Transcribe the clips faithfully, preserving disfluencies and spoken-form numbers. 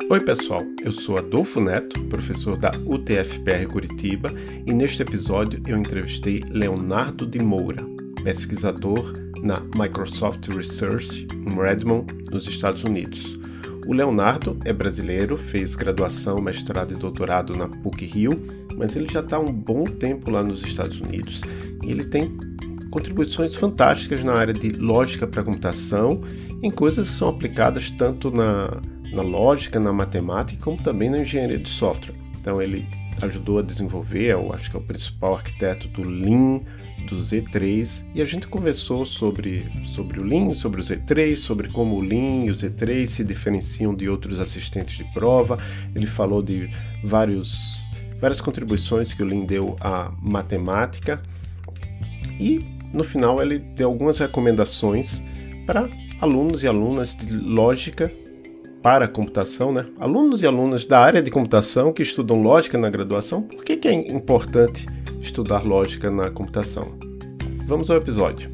Oi pessoal, eu sou Adolfo Neto, professor da U T F P R Curitiba, e neste episódio eu entrevistei Leonardo de Moura, pesquisador na Microsoft Research em Redmond, nos Estados Unidos. O Leonardo é brasileiro, fez graduação, mestrado e doutorado na P U C-Rio, mas ele já está há um bom tempo lá nos Estados Unidos e ele tem contribuições fantásticas na área de lógica para computação, em coisas que são aplicadas tanto na, na lógica, na matemática, como também na engenharia de software. Então ele ajudou a desenvolver, eu acho que é o principal arquiteto do Lean, do Z três, e a gente conversou sobre, sobre o Lean, sobre o Z três, sobre como o Lean e o Z três se diferenciam de outros assistentes de prova. Ele falou de vários, várias contribuições que o Lean deu à matemática e no final ele deu algumas recomendações para alunos e alunas de lógica para a computação, né? Alunos e alunas da área de computação que estudam lógica na graduação. Por que que é importante estudar lógica na computação? Vamos ao episódio.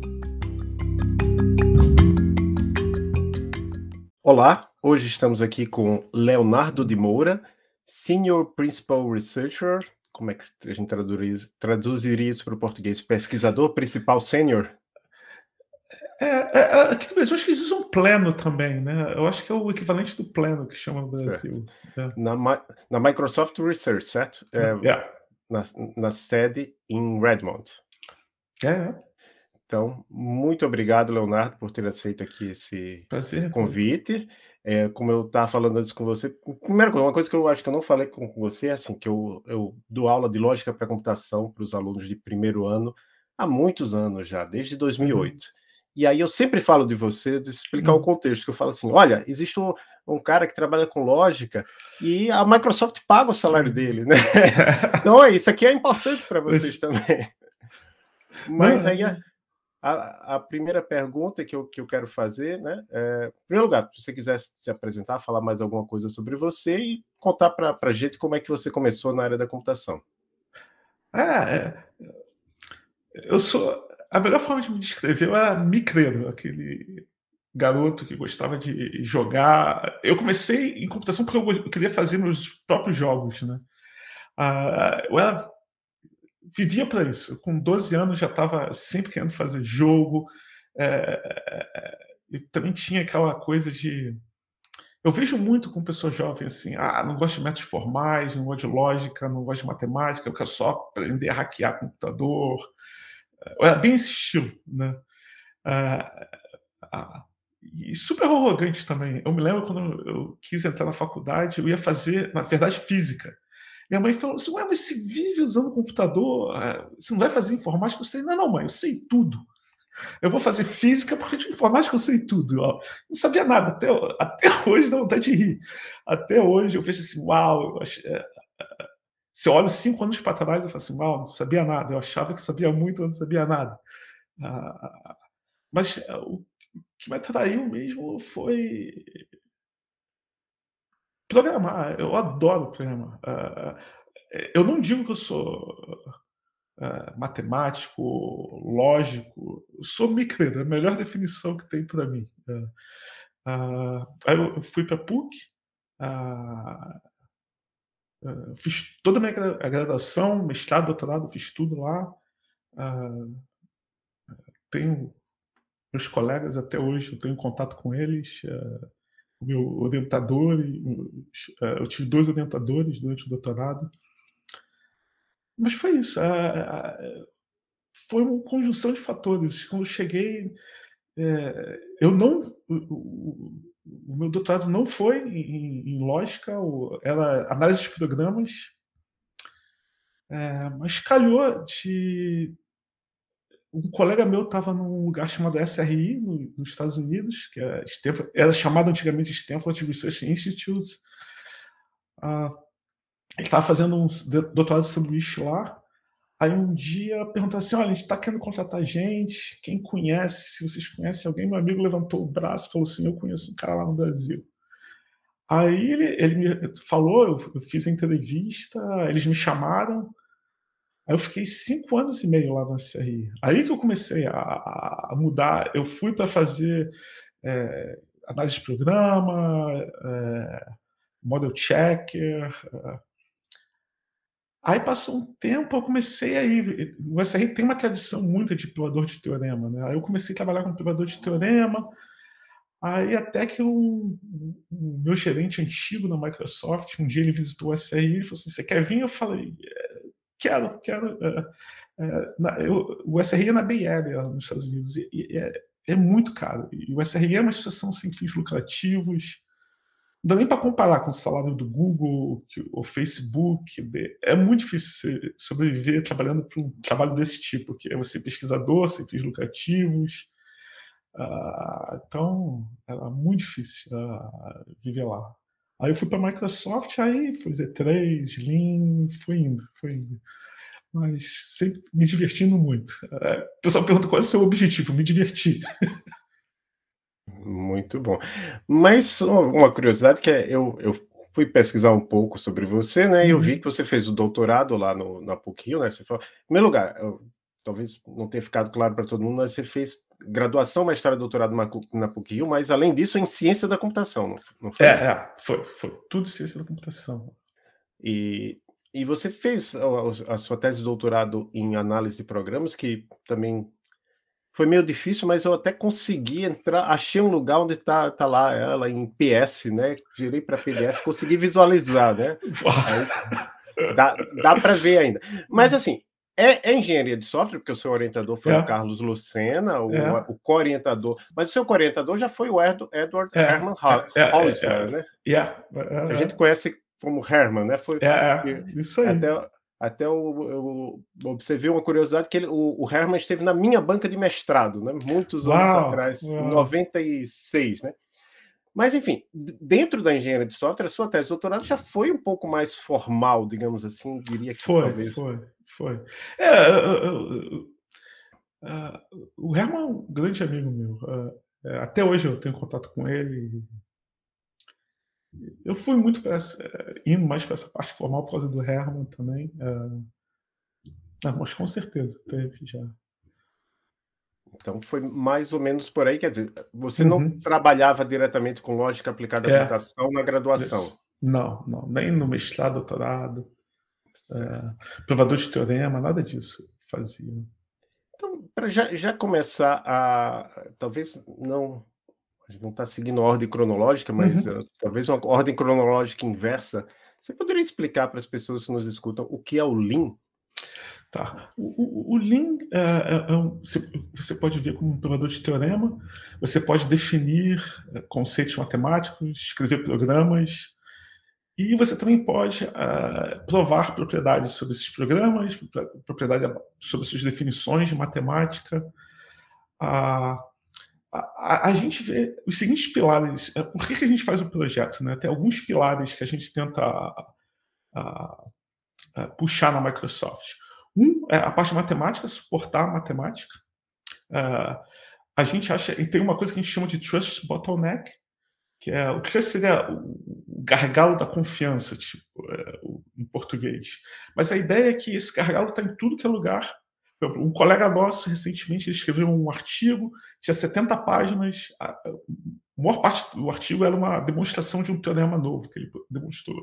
Olá, hoje estamos aqui com Leonardo de Moura, Senior Principal Researcher. Como é que a gente traduziria, traduziria isso para o português? Pesquisador principal sênior? É, é, aqui no Brasil, acho que eles usam pleno também, né? Eu acho que é o equivalente do pleno que chama no Brasil. É. Na, na Microsoft Research, certo? É, Yeah. na, na sede em Redmond. É. Então, muito obrigado, Leonardo, por ter aceito aqui esse Prazer. convite. É, como eu estava falando antes com você, primeira coisa, uma coisa que eu acho que eu não falei com você é assim, que eu, eu dou aula de lógica para computação para os alunos de primeiro ano há muitos anos já, desde dois mil e oito. Uhum. E aí eu sempre falo de você, de explicar uhum. o contexto, que eu falo assim, olha, existe um, um cara que trabalha com lógica e a Microsoft paga o salário uhum. dele, né? Então é isso aqui é importante para vocês também. Mas não, aí a, a, a primeira pergunta que eu, que eu quero fazer, né? É, em primeiro lugar, se você quiser se apresentar, falar mais alguma coisa sobre você e contar para a gente como é que você começou na área da computação. Ah, é. Eu sou... A melhor forma de me descrever era micreiro, aquele garoto que gostava de jogar. Eu comecei em computação porque eu queria fazer meus próprios jogos, né? Ah, eu era... vivia para isso. Com doze anos já estava sempre querendo fazer jogo. É... E também tinha aquela coisa de... Eu vejo muito com pessoas jovens assim, ah, não gosto de métodos formais, não gosto de lógica, não gosto de matemática, eu quero só aprender a hackear computador. Era bem esse estilo, né? Ah, ah, e super arrogante também. Eu me lembro quando eu quis entrar na faculdade, eu ia fazer, na verdade, física. Minha mãe falou assim, ué, mas você vive usando computador, você não vai fazer informática? Eu sei, não, não, mãe, eu sei tudo. Eu vou fazer física porque de informática eu sei tudo. Ó. Não sabia nada, até, até hoje dá vontade de rir. Até hoje eu vejo assim, uau, eu ach... se eu olho cinco anos para trás, eu falo assim, uau, não sabia nada. Eu achava que sabia muito, mas não sabia nada. Ah, mas o que me atraiu mesmo foi programar. Eu adoro programar. Ah, eu não digo que eu sou Uh, matemático, lógico, eu sou micreiro, é a melhor definição que tem para mim. Uh, uh, aí eu fui para a P U C, uh, uh, fiz toda a minha graduação, mestrado, doutorado, fiz tudo lá. Uh, tenho meus colegas até hoje, eu tenho contato com eles. Uh, o meu orientador, uh, eu tive dois orientadores durante o doutorado. Mas foi isso. Uh, uh, foi uma conjunção de fatores. Quando eu cheguei, é, eu não, o, o, o meu doutorado não foi em, em lógica, era análise de programas, é, mas calhou de... Um colega meu estava num lugar chamado S R I, no, nos Estados Unidos, que era, Stanford, era chamado antigamente Stanford Research Institute. Ah, ele estava fazendo um doutorado de sanduíche lá. Aí um dia perguntaram assim, olha, a gente está querendo contratar gente, quem conhece, se vocês conhecem alguém, meu amigo levantou o braço e falou assim, eu conheço um cara lá no Brasil. Aí ele, ele me falou, eu, eu fiz a entrevista, eles me chamaram, aí eu fiquei cinco anos e meio lá no S R I. Aí que eu comecei a, a mudar, eu fui para fazer é, análise de programa, é, Model Checker. Uh, aí passou um tempo, eu comecei a ir. O S R I tem uma tradição muito de provador de teorema, né? Aí eu comecei a trabalhar com provador de teorema. Aí até que o, o meu gerente antigo na Microsoft, um dia ele visitou o S R I e falou assim: você quer vir? Eu falei: quero, quero. É, é, na, eu, o S R I é na Bay Area, nos Estados Unidos, e, e é, é muito caro. E o S R I é uma instituição sem fins lucrativos. Não dá nem para comparar com o salário do Google, o Facebook. De, é muito difícil você sobreviver trabalhando para um trabalho desse tipo, que é você pesquisador, sem fins lucrativos. Uh, então, era muito difícil uh, viver lá. Aí eu fui para a Microsoft, aí foi Z três, Lean, foi indo, foi indo. Mas sempre me divertindo muito. Uh, o pessoal pergunta qual é o seu objetivo, me divertir. Muito bom. Mas uma curiosidade que é, eu, eu fui pesquisar um pouco sobre você, né, uhum. E eu vi que você fez o doutorado lá no, na PUC-Rio, né, você falou, em primeiro lugar, eu, talvez não tenha ficado claro para todo mundo, mas você fez graduação, mestrado e doutorado na, na PUC-Rio, mas além disso em ciência da computação, não, não foi? É, é, foi, foi, tudo ciência da computação. E, e você fez a, a sua tese de doutorado em análise de programas, que também foi meio difícil, mas eu até consegui entrar, achei um lugar onde tá, tá lá ela em P S, né? Girei para P D F, consegui visualizar, né? Aí, dá dá para ver ainda. Mas assim, é, é engenharia de software, porque o seu orientador foi é. o Carlos Lucena, o, é. o co-orientador, mas o seu co-orientador já foi o Edward é. Herman Hausler, né? Yeah. A gente conhece como Herman, né? Foi, é, isso aí. Até, Até eu, eu observei uma curiosidade que ele, o, o Herman esteve na minha banca de mestrado, né? Muitos anos uau, atrás, uau. Em noventa e seis, né? Mas, enfim, dentro da engenharia de software, a sua tese de doutorado já foi um pouco mais formal, digamos assim, diria que foi, talvez. Foi, foi. É, eu, eu, eu, uh, o Herman é um grande amigo meu. Uh, até hoje eu tenho contato com ele. Eu fui muito para indo mais para essa parte formal por causa do Herman também. Uh, não, mas com certeza, teve já. Então foi mais ou menos por aí, quer dizer, você uhum. não trabalhava diretamente com lógica aplicada à é. computação na graduação? Isso. Não, não, nem no mestrado, doutorado, é, provador de teorema, nada disso fazia. Então, para já, já começar a, talvez não, a gente não está seguindo a ordem cronológica, mas uhum. uh, talvez uma ordem cronológica inversa, você poderia explicar para as pessoas que nos escutam o que é o Lean? Tá. O, o, o Lean, é, é, é um, você, você pode ver como um provador de teorema, você pode definir conceitos matemáticos, escrever programas, e você também pode uh, provar propriedades sobre esses programas, propriedade sobre suas definições de matemática. Uh, a, a, a gente vê os seguintes pilares. Uh, por que, que a gente faz o projeto? Né? Tem alguns pilares que a gente tenta uh, uh, puxar na Microsoft. Um é a parte de matemática, suportar a matemática. Uh, a gente acha, e tem uma coisa que a gente chama de trust bottleneck, que é o trust seria o gargalo da confiança, tipo, é, em português. Mas a ideia é que esse gargalo está em tudo que é lugar. Um colega nosso, recentemente, ele escreveu um artigo, tinha setenta páginas, a maior parte do artigo era uma demonstração de um teorema novo que ele demonstrou.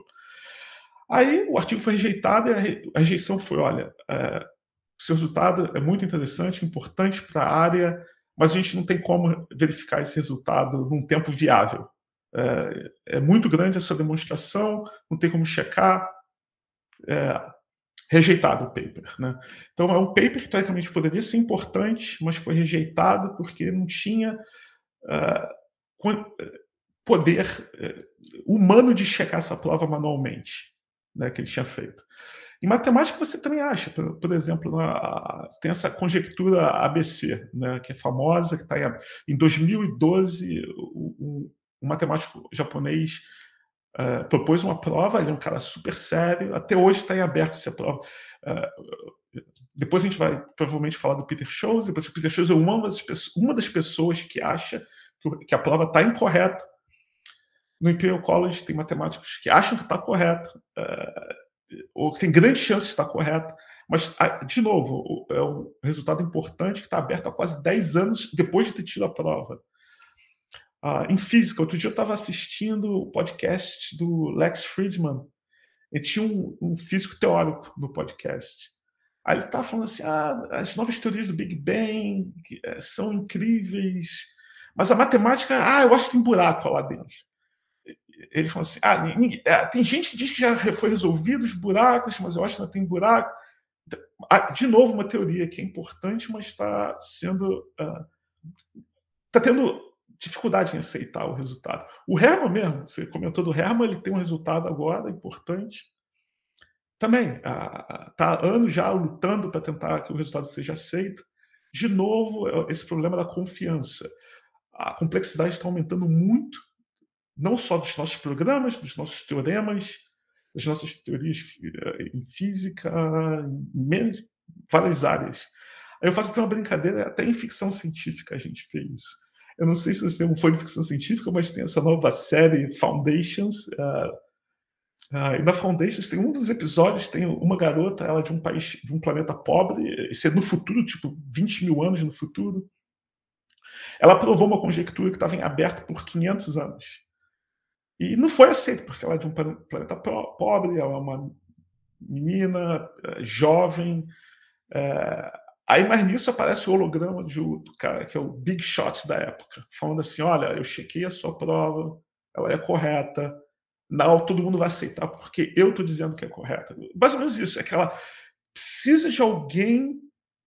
Aí o artigo foi rejeitado e a rejeição foi, olha, é, o seu resultado é muito interessante, importante para a área, mas a gente não tem como verificar esse resultado num tempo viável. É, é muito grande a sua demonstração, não tem como checar. É, rejeitado o paper. Né? Então é um paper que teoricamente poderia ser importante, mas foi rejeitado porque não tinha uh, poder uh, humano de checar essa prova manualmente, né, que ele tinha feito. Em matemática você também acha, por, por exemplo, na, tem essa conjectura A B C, né, que é famosa, que está em, em dois mil e doze, um, um matemático japonês uh, propôs uma prova, ele é um cara super sério, até hoje está em aberto essa prova. Uh, depois a gente vai provavelmente falar do Peter Scholes, depois o Peter Scholes é uma das, uma das pessoas que acha que, que a prova está incorreta. No Imperial College tem matemáticos que acham que está correta, uh, ou tem grande chance de estar correta, mas, de novo, é um resultado importante que está aberto há quase dez anos depois de ter tido a prova. Ah, em física, outro dia eu estava assistindo o podcast do Lex Fridman, e tinha um, um físico teórico no podcast. Aí ele estava falando assim: ah, as novas teorias do Big Bang que, é, são incríveis, mas a matemática, ah, eu acho que tem buraco lá dentro. Ele falou assim: ah, ninguém, é, tem gente que diz que já foi resolvido os buracos, mas eu acho que ainda tem buraco. De novo, uma teoria que é importante, mas está sendo. Está uh, tendo dificuldade em aceitar o resultado. O Herman mesmo, você comentou do Herman, ele tem um resultado agora importante. Também está há anos já lutando para tentar que o resultado seja aceito. De novo, esse problema da confiança. A complexidade está aumentando muito, não só dos nossos programas, dos nossos teoremas, das nossas teorias em física, em várias áreas. Aí eu faço até uma brincadeira, até em ficção científica a gente fez isso. Eu não sei se você não foi em ficção científica, mas tem essa nova série Foundations. Uh, uh, e na Foundations tem um dos episódios, tem uma garota, ela é de um país, de um planeta pobre, isso é no futuro, tipo vinte mil anos no futuro. Ela provou uma conjectura que estava em aberto por quinhentos anos. E não foi aceito, porque ela é de um planeta pobre, ela é uma menina jovem. É... Aí, mais nisso, aparece o holograma do cara, que é o Big Shot da época, falando assim: olha, eu chequei a sua prova, ela é correta, não, todo mundo vai aceitar, porque eu estou dizendo que é correta. Mais ou menos isso, é que ela precisa de alguém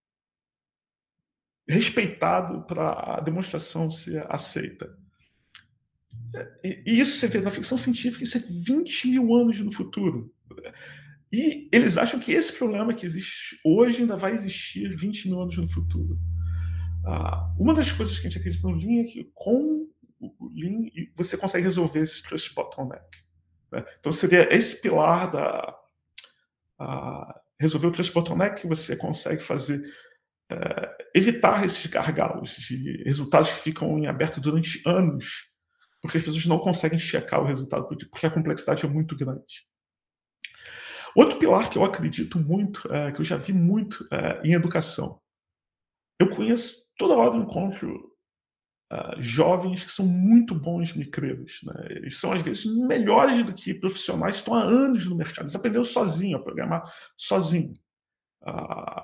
respeitado para a demonstração ser aceita. E isso você vê na ficção científica, isso é vinte mil anos no futuro. E eles acham que esse problema que existe hoje ainda vai existir vinte mil anos no futuro. Ah, uma das coisas que a gente acredita no Lean é que com o Lean você consegue resolver esse trust bottleneck. Né? Então seria esse pilar da... Ah, resolver o trust bottleneck que você consegue fazer... É, evitar esses gargalos de resultados que ficam em aberto durante anos, porque as pessoas não conseguem checar o resultado, porque a complexidade é muito grande. Outro pilar que eu acredito muito, é, que eu já vi muito é, em educação. Eu conheço, toda hora eu encontro uh, jovens que são muito bons micreiros. Né? Eles são, às vezes, melhores do que profissionais que estão há anos no mercado. Eles aprenderam sozinho, a programar sozinho. Uh,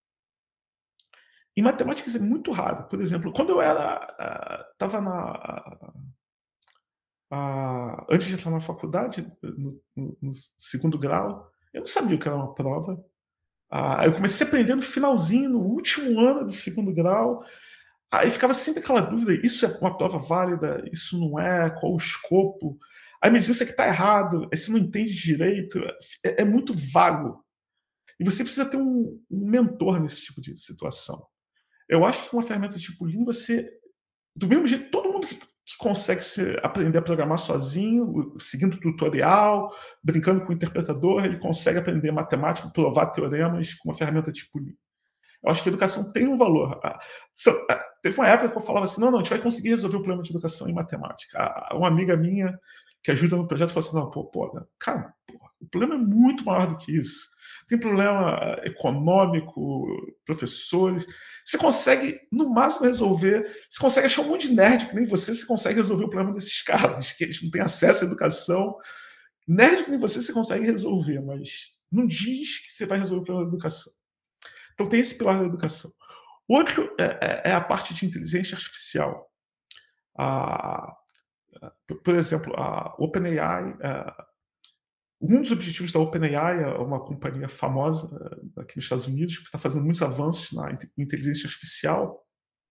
em matemática isso é muito raro. Por exemplo, quando eu era estava uh, na... Uh, antes de entrar na faculdade, no, no, no segundo grau, eu não sabia o que era uma prova. Uh, eu comecei a aprender no finalzinho, no último ano do segundo grau. Aí ficava sempre aquela dúvida: isso é uma prova válida? Isso não é? Qual o escopo? Aí me dizia: isso aqui está errado, aí você não entende direito. É, é muito vago. E você precisa ter um, um mentor nesse tipo de situação. Eu acho que com uma ferramenta tipo Lean, você, do mesmo jeito, todo mundo que, que consegue se, aprender a programar sozinho, seguindo tutorial, brincando com o interpretador, ele consegue aprender matemática, provar teoremas com uma ferramenta tipo Lean. Eu acho que a educação tem um valor. Teve uma época que eu falava assim: não, não, a gente vai conseguir resolver o problema de educação em matemática. Uma amiga minha que ajuda no projeto falou assim: não, pô, pô, cara, pô, o problema é muito maior do que isso. Tem problema econômico, professores. Você consegue, no máximo, resolver. Você consegue achar um monte de nerd que nem você, você consegue resolver o problema desses caras, que eles não têm acesso à educação. Nerd que nem você, você consegue resolver, mas não diz que você vai resolver o problema da educação. Então tem esse pilar da educação. Outro é, é a parte de inteligência artificial. Ah, por exemplo, a OpenAI, ah, um dos objetivos da OpenAI é uma companhia famosa aqui nos Estados Unidos que está fazendo muitos avanços na inteligência artificial.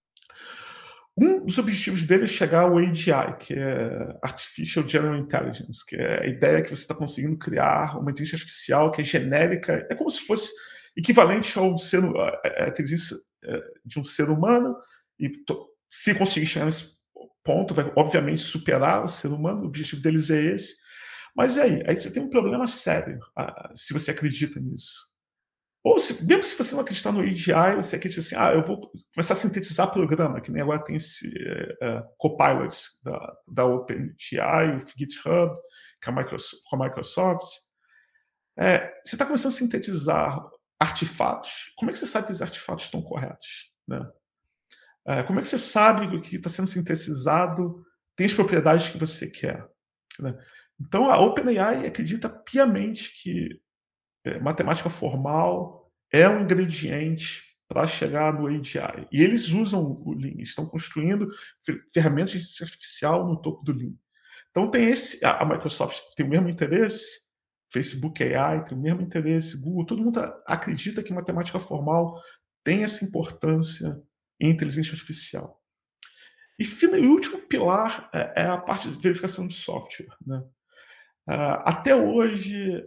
Um dos objetivos dele é chegar ao A G I, que é Artificial General Intelligence, que é a ideia que você está conseguindo criar uma inteligência artificial que é genérica, é como se fosse equivalente ao ser, a inteligência de um ser humano, e se conseguir chegar nesse ponto, vai obviamente superar o ser humano, o objetivo deles é esse. Mas e aí? Aí você tem um problema sério, se você acredita nisso. Ou se, mesmo se você não acreditar no A G I, você acredita assim: ah, eu vou começar a sintetizar programa, que nem agora tem esse uh, Copilot da, da OpenAI, o GitHub, com a Microsoft. Com a Microsoft. É, você está começando a sintetizar artefatos. Como é que você sabe que os artefatos estão corretos? Né? É, como é que você sabe que o que está sendo sintetizado tem as propriedades que você quer, né? Então a OpenAI acredita piamente que é, matemática formal é um ingrediente para chegar no A G I. E eles usam o Lean, estão construindo ferramentas de inteligência artificial no topo do Lean. Então tem esse, a Microsoft tem o mesmo interesse, Facebook A I tem o mesmo interesse, Google, todo mundo acredita que matemática formal tem essa importância em inteligência artificial. E, e o último pilar é, é a parte de verificação de software, né? Uh, até hoje,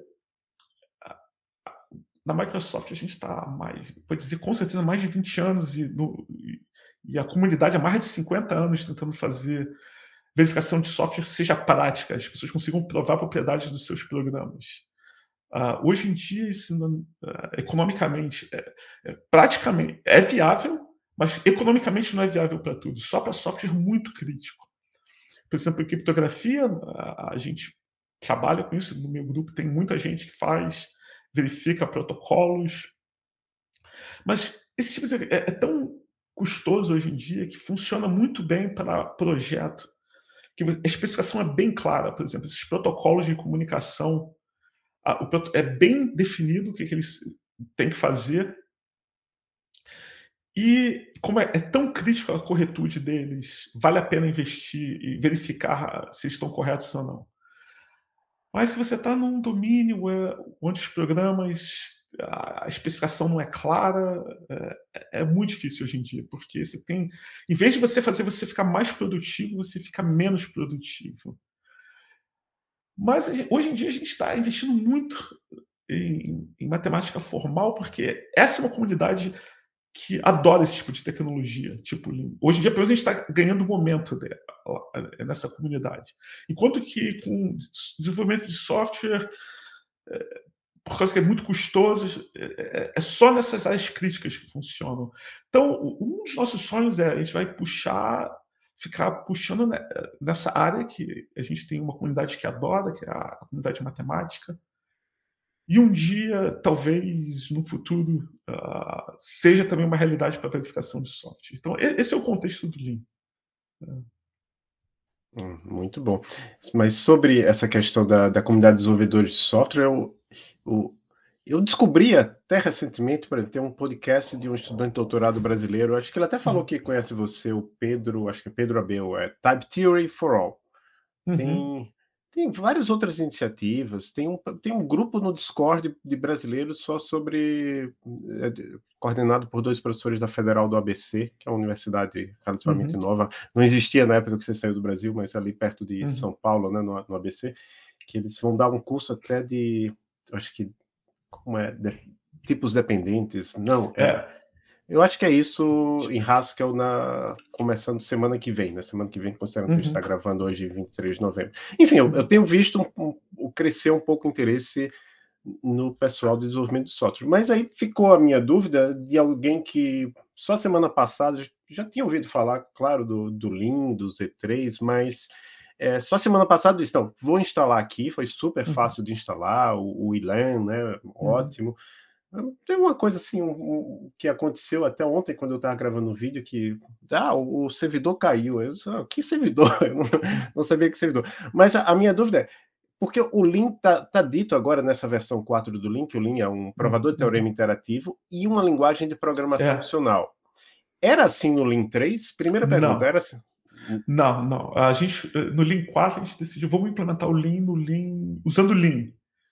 na Microsoft a gente está mais, pode dizer com certeza, mais de vinte anos e, no, e, e a comunidade há mais de cinquenta anos tentando fazer verificação de software seja prática, as pessoas consigam provar propriedades dos seus programas. Uh, hoje em dia, isso não, uh, economicamente, é, é, praticamente é viável, mas economicamente não é viável para tudo, só para software muito crítico. Por exemplo, em criptografia, a, a gente trabalha com isso, no meu grupo tem muita gente que faz, verifica protocolos, mas esse tipo de é, é tão custoso hoje em dia que funciona muito bem para projeto, que a especificação é bem clara, por exemplo, esses protocolos de comunicação, a, o, é bem definido o que, que eles têm que fazer, e como é, é tão crítico a corretude deles, vale a pena investir e verificar se eles estão corretos ou não. Mas se você está num domínio é, onde os programas, a especificação não é clara, é, é muito difícil hoje em dia, porque você tem, em vez de você fazer você ficar mais produtivo, você fica menos produtivo. Mas hoje em dia a gente está investindo muito em, em matemática formal, porque essa é uma comunidade que adora esse tipo de tecnologia. Tipo, hoje em dia, pelo menos, a gente está ganhando momento dela, nessa comunidade. Enquanto que com desenvolvimento de software, é, por causa que é muito custoso, é, é só nessas áreas críticas que funcionam. Então, um dos nossos sonhos é a gente vai puxar, ficar puxando nessa área que a gente tem uma comunidade que adora, que é a comunidade matemática. E um dia, talvez, no futuro, uh, seja também uma realidade para a verificação de software. Então, esse é o contexto do Lean. Hum, muito bom. Mas sobre essa questão da, da comunidade de desenvolvedores de software, eu, eu, eu descobri até recentemente, por exemplo, tem um podcast de um estudante de doutorado brasileiro, acho que ele até falou uhum. que conhece você, o Pedro, acho que é Pedro Abel, é Type Theory for All. Uhum. Tem... Tem várias outras iniciativas, tem um, tem um grupo no Discord de brasileiros só sobre, é, coordenado por dois professores da Federal do A B C, que é uma universidade relativamente uhum. nova, não existia na época que você saiu do Brasil, mas ali perto de uhum. São Paulo, né, no, no A B C, que eles vão dar um curso até de, acho que, como é, de, tipos dependentes, não, é... é. Eu acho que é isso em Haskell na... começando semana que vem, né? Semana que vem, considerando uhum. que a gente está gravando hoje, vinte e três de novembro. Enfim, eu, eu tenho visto um, um, crescer um pouco o interesse no pessoal de desenvolvimento de software. Mas aí ficou a minha dúvida de alguém que só semana passada já tinha ouvido falar, claro, do, do Lean, do Z três, mas é, só semana passada disse, não, vou instalar aqui, foi super uhum. fácil de instalar, o, o Elan, né? Ótimo. Uhum. Tem uma coisa assim, um, um, que aconteceu até ontem, quando eu estava gravando um vídeo, que ah, o, o servidor caiu. Eu disse, ah, que servidor? Eu não, não sabia que servidor. Mas a, a minha dúvida é, porque o Lean está tá dito agora nessa versão quatro do Lean, que o Lean é um provador de teorema interativo e uma linguagem de programação é. funcional. Era assim no Lean três? Primeira pergunta, não. era assim? Não, não. A gente, no Lean quatro, a gente decidiu, vamos implementar o Lean no Lean, usando o Lean.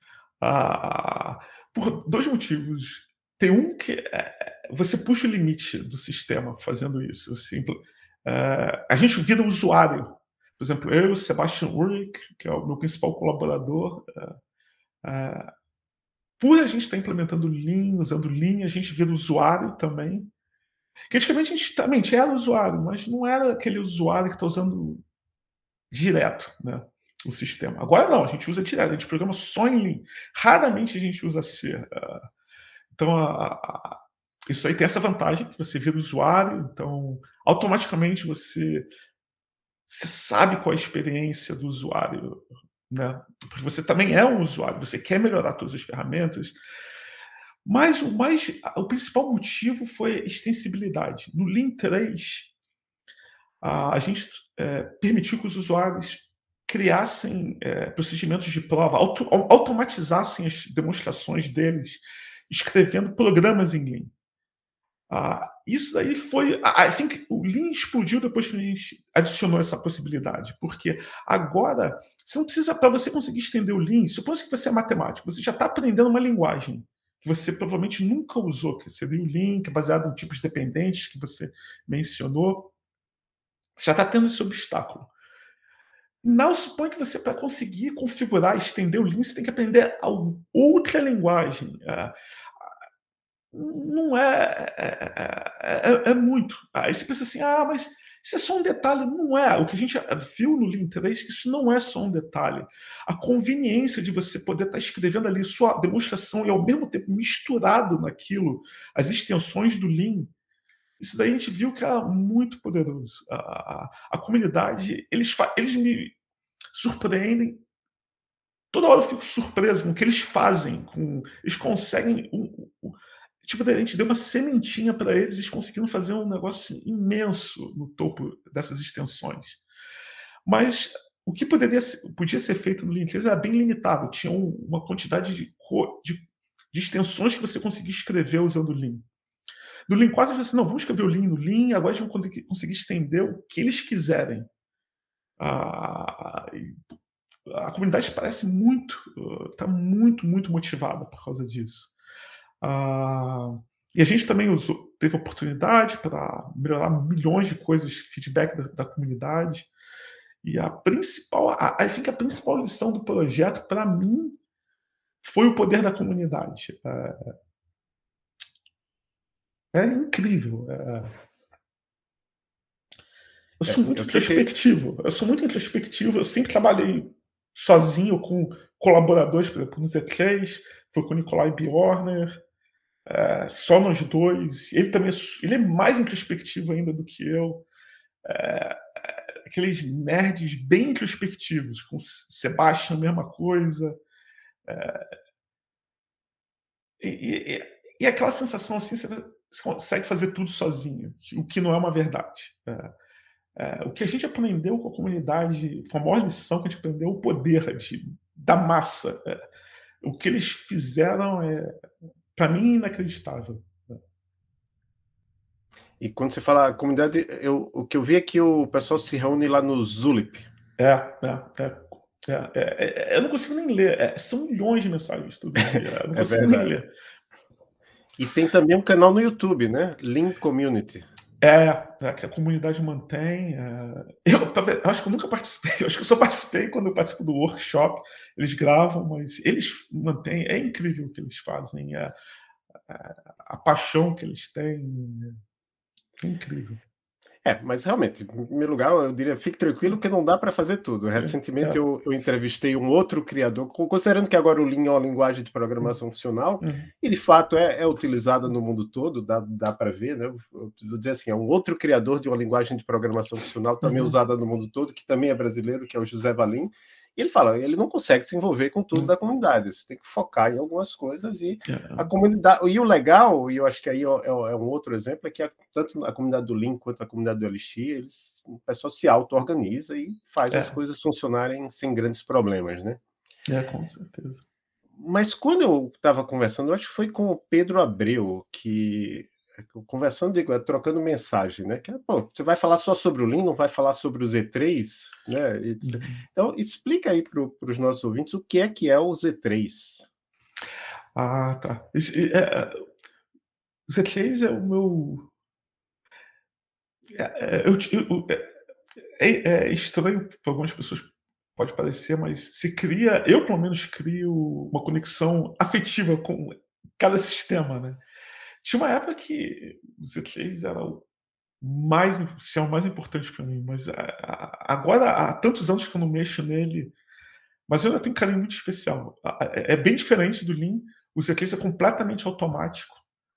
Ah, por dois motivos. Tem um que é, você puxa o limite do sistema fazendo isso. Assim, é, a gente vira usuário. Por exemplo, eu e o Sebastian Ulrich, que é o meu principal colaborador, é, é, por a gente estar implementando Lean, usando Lean, a gente vira usuário também. Que antigamente a gente também era usuário, mas não era aquele usuário que está usando direto, né? O sistema. Agora não, a gente usa direto, a gente programa só em Lean. Raramente a gente usa C. Então, a, a, isso aí tem essa vantagem, que você vira usuário, então, automaticamente você, você sabe qual é a experiência do usuário, né? Porque você também é um usuário, você quer melhorar todas as ferramentas, mas o, mais, o principal motivo foi a extensibilidade. No Lean três, a a gente eh, permitiu que os usuários criassem eh, procedimentos de prova, auto au automatizassem as demonstrações deles, escrevendo programas em Lean. Ah, isso daí foi I I think o Lean explodiu depois que a gente adicionou essa possibilidade, porque agora você não precisa para você conseguir estender o Lean, suponha que você é matemático, você já está aprendendo uma linguagem que você provavelmente nunca usou, que seria o Lean, que é baseado em tipos dependentes que você mencionou. Você já está tendo esse obstáculo. Não, suponha que você, para conseguir configurar, estender o Lean, você tem que aprender al outra linguagem. Ah, não é é é é muito. Aí você pensa assim: "Ah, mas isso é só um detalhe". Não é. O que a gente viu no Lean três, que isso não é só um detalhe. A conveniência de você poder estar escrevendo ali sua demonstração e, ao mesmo tempo, misturado naquilo, as extensões do Lean, isso daí a gente viu que era muito poderoso. A a a comunidade, eles fa eles me surpreendem. Toda hora eu fico surpreso com o que eles fazem, com eles conseguem o o tipo, a gente deu uma sementinha para eles, eles conseguiram fazer um negócio imenso no topo dessas extensões. Mas o que poderia ser podia ser feito no Lean três era bem limitado, tinha um uma quantidade de co de de extensões que você conseguia escrever usando o Lean. No Lean quatro, eles falaram assim: "Não, vamos escrever o Lean no Lean, agora eles vão conseguir conseguir estender o que eles quiserem". Ah, e a comunidade parece muito, está muito, muito motivada por causa disso. Ah, e a gente também usou, teve oportunidade para melhorar milhões de coisas, feedback da, da comunidade. E a principal, a, I think a principal lição do projeto, para mim, foi o poder da comunidade. É, é incrível. É, eu É, sou muito eu sempre introspectivo. Eu sou muito introspectivo. Eu sempre trabalhei sozinho com colaboradores, por exemplo, no Z três, foi com o Nikolai Bjorner, é, só nós dois. Ele também é, ele é mais introspectivo ainda do que eu. É, aqueles nerds bem introspectivos, com Sebastian, a mesma coisa. E, e, e aquela sensação assim, você, você consegue fazer tudo sozinho, o que não é uma verdade. É, é, o que a gente aprendeu com a comunidade, foi a maior lição que a gente aprendeu, o poder de, da massa. É, o que eles fizeram é, para mim, inacreditável. E quando você fala comunidade, eu, o que eu vi é que o pessoal se reúne lá no Zulip. É, é, é. É, é, é, eu não consigo nem ler. É, são milhões de mensagens todo dia. Eu não É consigo nem verdade. ler. E tem também um canal no YouTube, né? Lean Community. É, é que a comunidade mantém. É... Eu, eu acho que eu nunca participei. Eu acho que eu só participei quando eu participo do workshop. Eles gravam, mas eles mantêm. É incrível o que eles fazem. É, é, a paixão que eles têm. É incrível. É, mas realmente, em primeiro lugar, eu diria, fique tranquilo que não dá para fazer tudo. É, Recentemente é. eu, eu entrevistei um outro criador, considerando que agora o Lean é uma linguagem de programação funcional, Uhum. e de fato é, é utilizada no mundo todo, dá, dá para ver, né? Eu vou dizer assim, é um outro criador de uma linguagem de programação funcional também Uhum. usada no mundo todo, que também é brasileiro, que é o José Valim. E ele fala, ele não consegue se envolver com tudo Uhum. da comunidade, você tem que focar em algumas coisas e a É. comunidade, e o legal, e eu acho que aí é, é um outro exemplo, é que a, tanto a comunidade do Lean quanto a comunidade do L X, eles, o pessoal se auto-organiza e faz as É, coisas funcionarem sem grandes problemas, né? é, com certeza. Mas quando eu estava conversando, eu acho que foi com o Pedro Abreu, que conversando, digo, é, trocando mensagem, né? Que, pô, você vai falar só sobre o Lean, não vai falar sobre o Z três, né? Uhum. Então, explica aí para os nossos ouvintes o que é que é o Z três. Ah, tá. Esse, é, é, o Z três é o meu. É, é, eu, eu, é, é estranho para algumas pessoas, pode parecer, mas se cria, eu pelo menos crio uma conexão afetiva com cada sistema, né? Tinha uma época que o Z três era o mais, o sistema mais importante para mim, mas a, a, agora há tantos anos que eu não mexo nele, mas eu ainda tenho um carinho muito especial. É, é bem diferente do Lean, o Z três é completamente automático.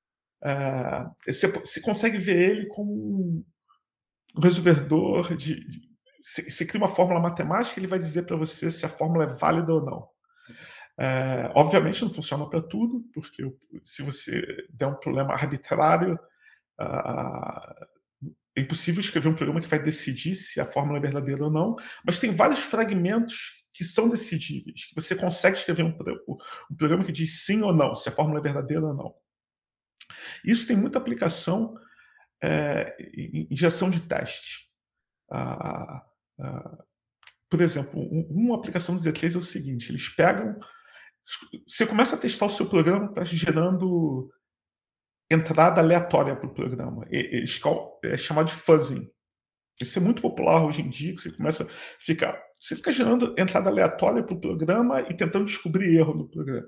É, você, você consegue ver ele como um um resolvedor de, de você, você cria uma fórmula matemática, ele vai dizer para você se a fórmula é válida ou não. É, obviamente não funciona para tudo, porque se você der um problema arbitrário, ah, é impossível escrever um programa que vai decidir se a fórmula é verdadeira ou não, mas tem vários fragmentos que são decidíveis, que você consegue escrever um, um programa que diz sim ou não, se a fórmula é verdadeira ou não. Isso tem muita aplicação é, em, em gestão de teste. Ah, ah, por exemplo, um, uma aplicação do Z três é o seguinte: eles pegam. Você começa a testar o seu programa, está gerando entrada aleatória para o programa. Eles, é chamado de fuzzing. Isso é muito popular hoje em dia, que você começa a ficar. Você fica gerando entrada aleatória para o programa e tentando descobrir erro no programa.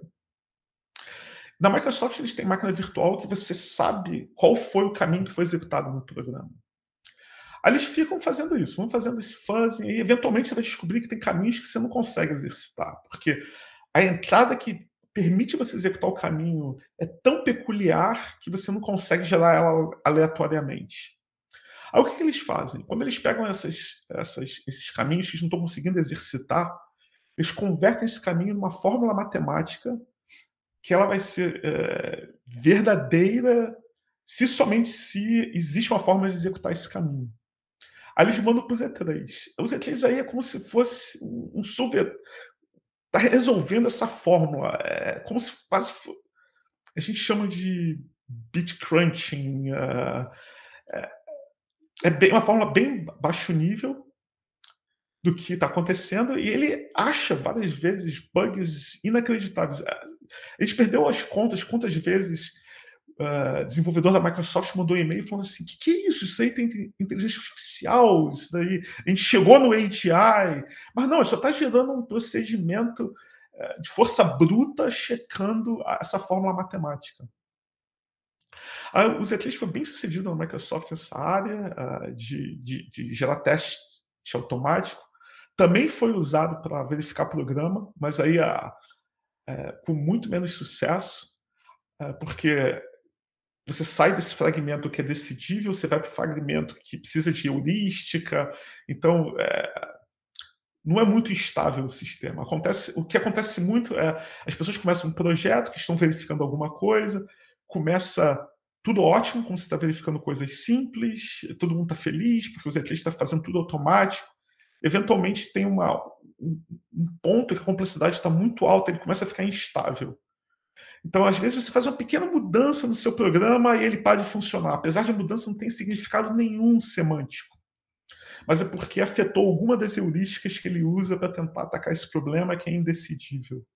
Na Microsoft, eles têm máquina virtual que você sabe qual foi o caminho que foi executado no programa. Aí eles ficam fazendo isso, vão fazendo esse fuzzing, e eventualmente você vai descobrir que tem caminhos que você não consegue exercitar, porque a entrada que permite você executar o caminho é tão peculiar que você não consegue gerar ela aleatoriamente. Aí o que, que eles fazem? Quando eles pegam essas, essas, esses caminhos que eles não estão conseguindo exercitar, eles convertem esse caminho numa fórmula matemática que ela vai ser é, verdadeira se somente se existe uma forma de executar esse caminho. Aí eles mandam para o Z três. O Z três aí é como se fosse um software. Está resolvendo essa fórmula. É como se quase. For, a gente chama de bit crunching. Uh, é, é bem, uma fórmula bem baixo nível do que está acontecendo, e ele acha várias vezes bugs inacreditáveis. A gente perdeu as contas, quantas vezes uh, desenvolvedor da Microsoft mandou um e-mail falando assim: que que é isso? Isso aí tem inteligência artificial, isso daí. A gente chegou no A G I, mas não, só está gerando um procedimento uh, de força bruta checando essa fórmula matemática. Uh, o Z três foi bem sucedido na Microsoft nessa área uh, de, de, de gerar teste automático. Também foi usado para verificar programa, mas aí a, é, com muito menos sucesso, é, porque você sai desse fragmento que é decidível, você vai para o fragmento que precisa de heurística, então é, não é muito estável o sistema. Acontece, o que acontece muito é as pessoas começam um projeto que estão verificando alguma coisa, começa tudo ótimo, como você está verificando coisas simples, todo mundo está feliz, porque o Z três está fazendo tudo automático. Eventualmente tem uma, um, um ponto que a complexidade está muito alta, ele começa a ficar instável. Então, às vezes, você faz uma pequena mudança no seu programa e ele para de funcionar. Apesar de a mudança não ter significado nenhum semântico. Mas é porque afetou alguma das heurísticas que ele usa para tentar atacar esse problema que é indecidível.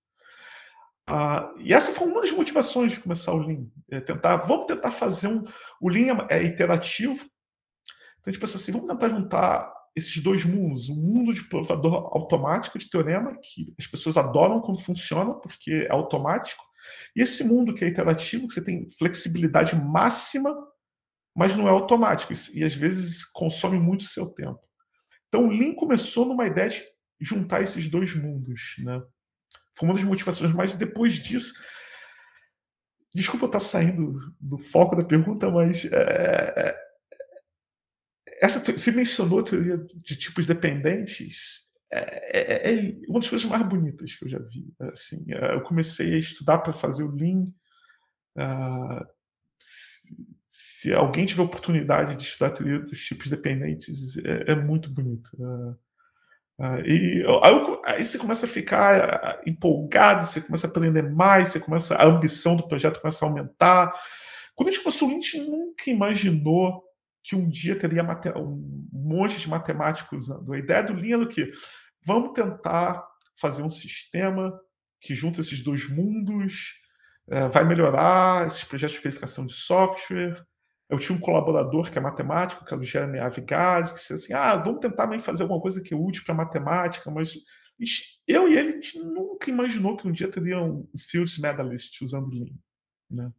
Ah, e essa foi uma das motivações de começar o Lean. É tentar, vamos tentar fazer um... O Lean é iterativo. Então, a gente pensa assim, vamos tentar juntar esses dois mundos, um mundo de provador automático de teorema, que as pessoas adoram quando funciona, porque é automático, e esse mundo que é iterativo, que você tem flexibilidade máxima, mas não é automático, e às vezes consome muito o seu tempo. Então o Lean começou numa ideia de juntar esses dois mundos, né? Foi uma das motivações, mas depois disso... Desculpa eu estar saindo do foco da pergunta, mas... É, Essa, você mencionou a teoria de tipos dependentes, é, é, é, uma das coisas mais bonitas que eu já vi. Assim, eu comecei a estudar para fazer o Lean. Uh, se, se alguém tiver oportunidade de estudar a teoria dos tipos dependentes, é, é muito bonito. Uh, uh, e aí, aí você começa a ficar empolgado, você começa a aprender mais, você começa, a ambição do projeto começa a aumentar. Quando a gente começou, a gente nunca imaginou que um dia teria um monte de matemáticos usando. A ideia do Lean era o quê? Vamos tentar fazer um sistema que junta esses dois mundos, é, vai melhorar esses projetos de verificação de software. Eu tinha um colaborador que é matemático, que é o Jeremy Avigaz, que disse assim, ah, vamos tentar também fazer alguma coisa que é útil para matemática, mas eu e ele, a gente nunca imaginou que um dia teria um Fields Medalist usando Lean, né?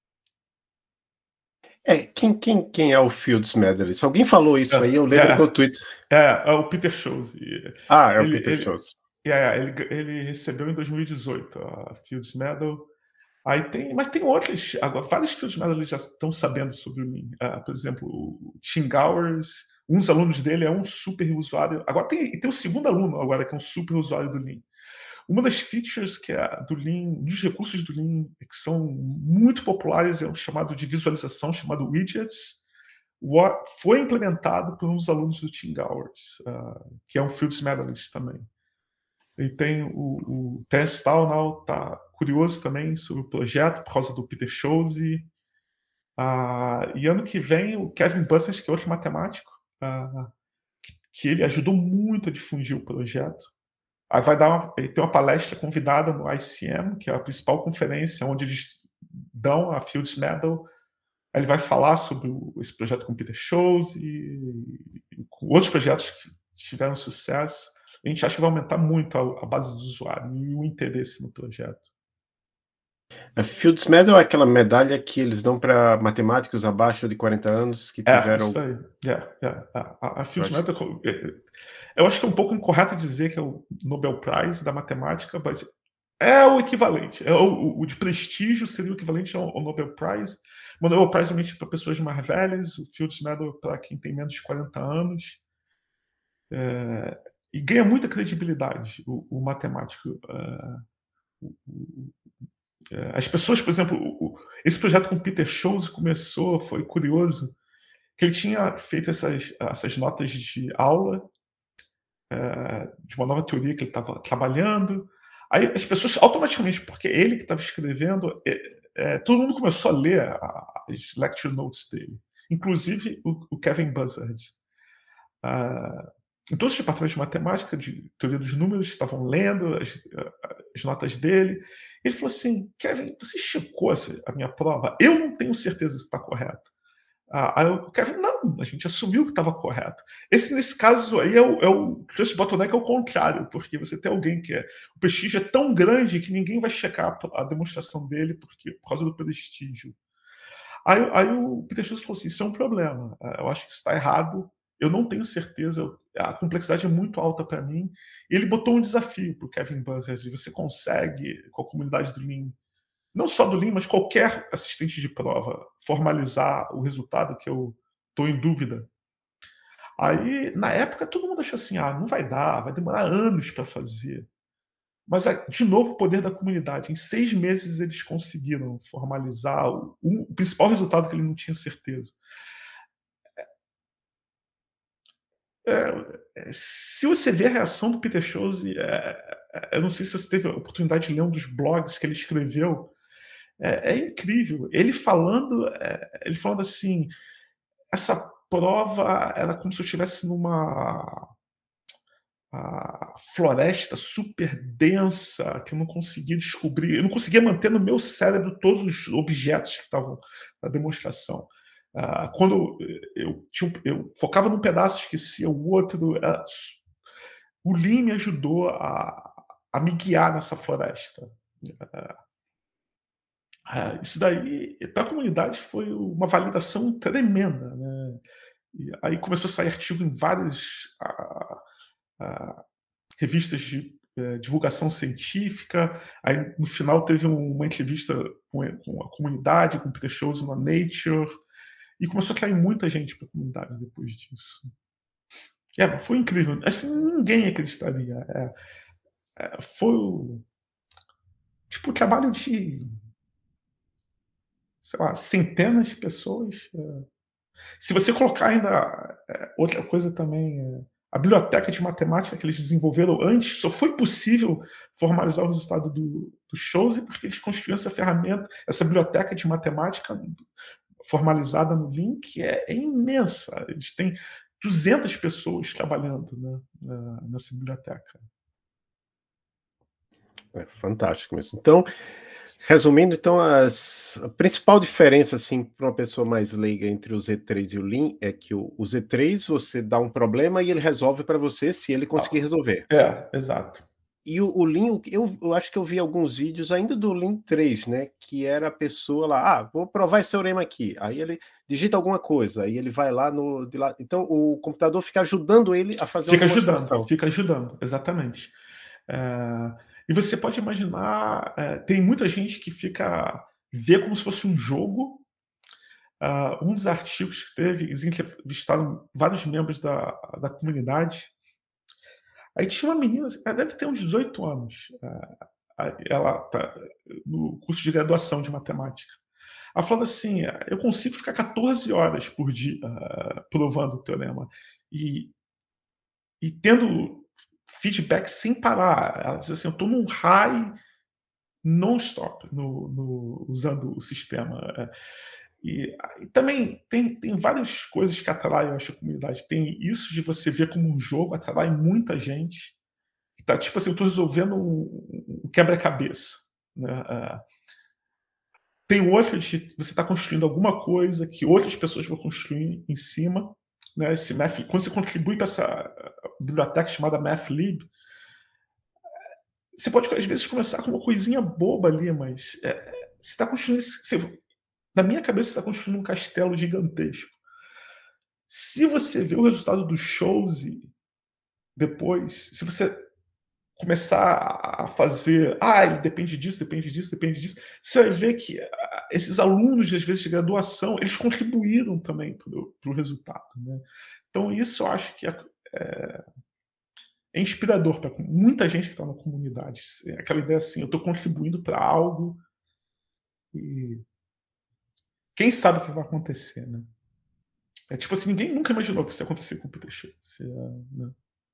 É, quem, quem, quem é o Fields Medalist? Alguém falou isso é, aí, eu lembro é, no Twitter. É, é o Peter Scholes. Ah, é ele, o Peter ele, Scholes. É, ele, ele recebeu em dois mil e dezoito a Fields Medal. Aí tem, mas tem outros, agora vários Fields Medal já estão sabendo sobre o Lean. Uh, por exemplo, o Tim Gowers, um dos alunos dele é um super usuário. Agora tem, tem o segundo aluno agora que é um super usuário do Lean. Uma das features que é do Lean, um dos recursos do Lean que são muito populares é o chamado de visualização, chamado widgets. Wa foi implementado por uns alunos do Tim Gowers, uh, que é um Fields Medalist também. E tem o, o Terence Towner, tá curioso também sobre o projeto por causa do Peter Schulze. Uh, e ano que vem o Kevin Bussert, que é outro matemático, uh, que, que ele ajudou muito a difundir o projeto. Aí vai dar uma, ele tem uma palestra convidada no I C M, que é a principal conferência onde eles dão a Fields Medal. Aí ele vai falar sobre o, esse projeto com o Peter Schulze e, e com outros projetos que tiveram sucesso. A gente acha que vai aumentar muito a, a base do usuário e o interesse no projeto. A Fields Medal é aquela medalha que eles dão para matemáticos abaixo de quarenta anos que É, tiveram. isso aí. Yeah, yeah. A, a Fields acho- Medal, eu acho que é um pouco incorreto dizer que é o Nobel Prize da matemática, mas é o equivalente. É o, o de prestígio seria o equivalente ao, ao Nobel Prize. O Nobel Prize é para pessoas mais velhas, o Fields Medal para quem tem menos de quarenta anos. É, e ganha muita credibilidade o, o matemático. É, o, o, é, as pessoas, por exemplo, o, esse projeto com Peter Schulze começou, foi curioso, que ele tinha feito essas, essas notas de aula é, de uma nova teoria que ele estava trabalhando. Aí as pessoas automaticamente, porque ele que estava escrevendo, é, é, todo mundo começou a ler a, as lecture notes dele, inclusive o, o Kevin Buzzard. Uh, em todos os departamentos de matemática, de teoria dos números, estavam lendo as, as notas dele. Ele falou assim: Kevin, você checou essa, a minha prova? Eu não tenho certeza se está correto. Ah, aí o Kevin, não, a gente assumiu que estava correto. Esse, nesse caso aí, é o, é o Trust Bottleneck é o contrário, porque você tem alguém que é. O prestígio é tão grande que ninguém vai checar a, a demonstração dele porque, por causa do prestígio. Aí, aí o Peter Schulze falou assim: isso é um problema, eu acho que isso está errado, eu não tenho certeza, a complexidade é muito alta para mim. E ele botou um desafio para o Kevin Buzzard: você consegue, com a comunidade do Lean, não só do Lean, mas qualquer assistente de prova, formalizar o resultado que eu estou em dúvida. Aí, na época, todo mundo achou assim: ah, não vai dar, vai demorar anos para fazer. Mas, de novo, o poder da comunidade. Em seis meses eles conseguiram formalizar o, o principal resultado que ele não tinha certeza. É, é, se você vê a reação do Peter Schulze, é, é, eu não sei se você teve a oportunidade de ler um dos blogs que ele escreveu. É, é incrível. Ele falando, é, ele falando assim, essa prova era como se eu estivesse numa a floresta super densa que eu não conseguia descobrir, eu não conseguia manter no meu cérebro todos os objetos que estavam na demonstração. Uh, quando eu, tinha, eu focava num pedaço, esquecia o outro. Uh, o Lean me ajudou a, a me guiar nessa floresta. Uh, uh, isso daí, para a comunidade, foi uma validação tremenda, né? E aí começou a sair artigo em várias uh, uh, revistas de eh, divulgação científica. Aí, no final, teve um, uma entrevista com, com a comunidade, com o Peter Schulze na Nature, e começou a cair muita gente para a comunidade depois disso. É, foi incrível. Acho que ninguém acreditaria. É, é, foi o, tipo, o trabalho de, sei lá, centenas de pessoas. É. Se você colocar ainda é, outra coisa também, é, a biblioteca de matemática que eles desenvolveram antes, só foi possível formalizar o resultado do, do Schulze porque eles construíram essa ferramenta, essa biblioteca de matemática formalizada no Lean, que é, é imensa. Eles têm duzentas pessoas trabalhando, né, nessa biblioteca. É fantástico mesmo. Então, resumindo, então, as, a principal diferença, assim, para uma pessoa mais leiga entre o Z três e o Lean é que o, o Z três você dá um problema e ele resolve para você se ele conseguir Ah, resolver. é, exato. E o, o Lean, eu, eu acho que eu vi alguns vídeos ainda do Lean três, né? Que era a pessoa lá, ah, vou provar esse teorema aqui. Aí ele digita alguma coisa, aí ele vai lá no. De lá, então o computador fica ajudando ele a fazer Fica uma ajudando, demonstração. fica ajudando, exatamente. É, e você pode imaginar, é, tem muita gente que fica vê como se fosse um jogo. Uh, um dos artigos que teve, eles entrevistaram vários membros da, da comunidade. Aí tinha uma menina, ela deve ter uns dezoito anos. Uh, ela está no curso de graduação de matemática. Ela falou assim: "Eu consigo ficar quatorze horas por dia, ah, provando o teorema e e tendo feedback sem parar". Ela diz assim: "Eu estou num high non-stop no no usando o sistema". Eh, e a e também tem tem várias coisas que atraem, eu acho, a comunidade. Tem isso de você ver como um jogo atrai muita gente, que tá tipo assim: "Eu estou resolvendo um um quebra-cabeça", né, ah tem outro de você está construindo alguma coisa que outras pessoas vão construir em cima, né, esse math quando você contribui para essa biblioteca chamada Mathlib você pode, às vezes, começar com uma coisinha boba ali, mas, eh eh, você está construindo esse você na minha cabeça, você está construindo um castelo gigantesco. Se você vê o resultado do Chose depois, se você começar a a fazer: "Ah, ele depende disso, depende disso, depende disso", você vai ver que a esses alunos, às vezes, de graduação, eles contribuíram também para o para o resultado, né. Então isso eu acho que é é é inspirador para muita gente que está na comunidade. Se aquela ideia assim: "Eu estou contribuindo para algo" e quem sabe o que vai acontecer, né. É tipo assim, ninguém nunca imaginou que isso ia acontecer com o Peter Schiff, se é, né.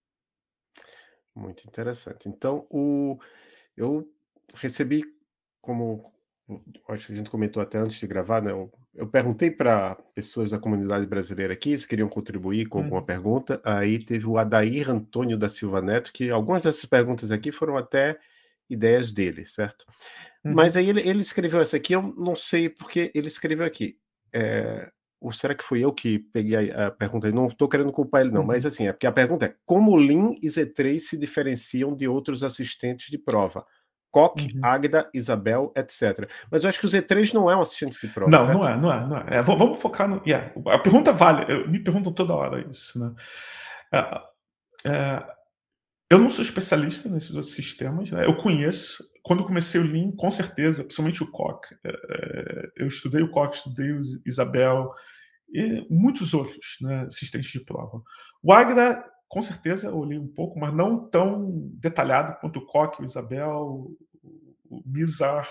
Muito interessante. Então o eu recebi como acho que a gente comentou até antes de gravar, né, eu eu perguntei para pessoas da comunidade brasileira aqui se queriam contribuir com alguma Hum. pergunta, aí teve o Adair Antônio da Silva Neto, que algumas dessas perguntas aqui foram até ideias dele, certo. Mas Uhum. aí ele ele escreveu essa aqui, eu não sei porque ele escreveu aqui, eh, ou será que fui eu que peguei a a pergunta? Eu não estou querendo culpar ele não, mas Uhum. assim, é porque a pergunta é: "Como Lean e Z três se diferenciam de outros assistentes de prova? Coq, Uhum. Agda, Isabel, etcétera". Mas eu acho que o Z três não é um assistente de prova, Não, não certo? é, não é, não é. É, va vamos focar no yeah, a pergunta vale, eu me perguntam toda hora isso, né. Ah, eh, eu não sou especialista nesses outros sistemas, né, eu conheço. Quando eu comecei o Lean, com certeza, principalmente o Coq, eh, eu estudei o Coq, estudei o Is Isabel e muitos outros, né, assistentes de prova. O Agda, com certeza, eu olhei um pouco, mas não tão detalhado quanto o Coq, o Isabel, o o Mizar.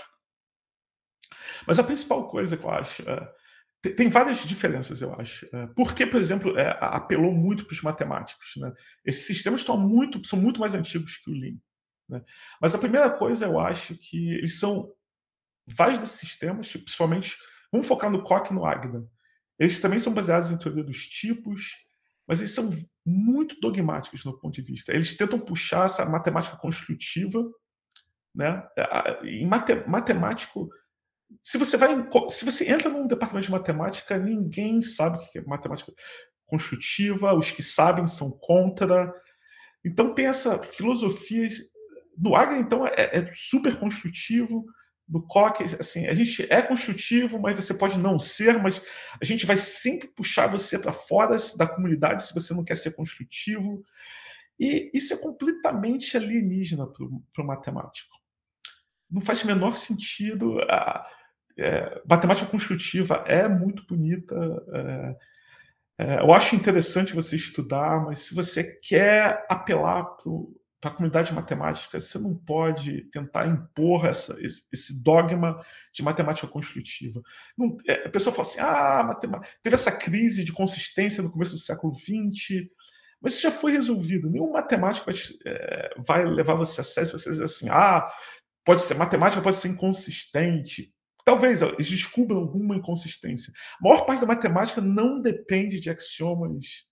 Mas a principal coisa que eu acho, eh, tem tem várias diferenças, eu acho. Eh, porque, por exemplo, eh, a apelou muito para os matemáticos, né. Esses sistemas estão muito são muito mais antigos que o Lean, né. Mas a primeira coisa, eu acho que eles são vários desses sistemas, tipo, principalmente vamos focar no Coq e no Agda. Eles também são baseados em teoria dos tipos, mas eles são v muito dogmáticos no ponto de vista. Eles tentam puxar essa matemática construtiva, né, a a em mate matemático se você vai em co se você entra num departamento de matemática, ninguém sabe o que que é matemática construtiva, os que sabem são contra. Então tem essa filosofia no Agda, então, é é super construtivo, no Coq, assim, a gente é construtivo, mas você pode não ser, mas a gente vai sempre puxar você para fora da comunidade se você não quer ser construtivo. E isso é completamente alienígena para o para o matemático. Não faz o menor sentido, a eh, matemática construtiva é muito bonita, eh eh, eu acho interessante você estudar, mas se você quer apelar para o pra comunidade matemática, você não pode tentar impor essa esse esse dogma de matemática construtiva. Não eh, a pessoa fala assim: "Ah, matema" teve essa crise de consistência no começo do século vinte, mas isso já foi resolvido. Nenhum matemático vai te eh, vai levar você a sério se você dizer assim: "Ah, pode ser matemática pode ser inconsistente". Talvez, eles descubram alguma inconsistência. A maior parte da matemática não depende de axiomas,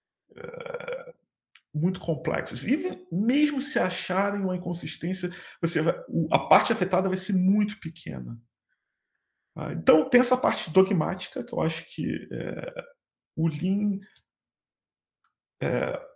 eh, muito complexos. E mesmo se acharem uma inconsistência, você vai o a parte afetada vai ser muito pequena. Ah, então tem essa parte dogmática que eu acho que, eh, o Lean eh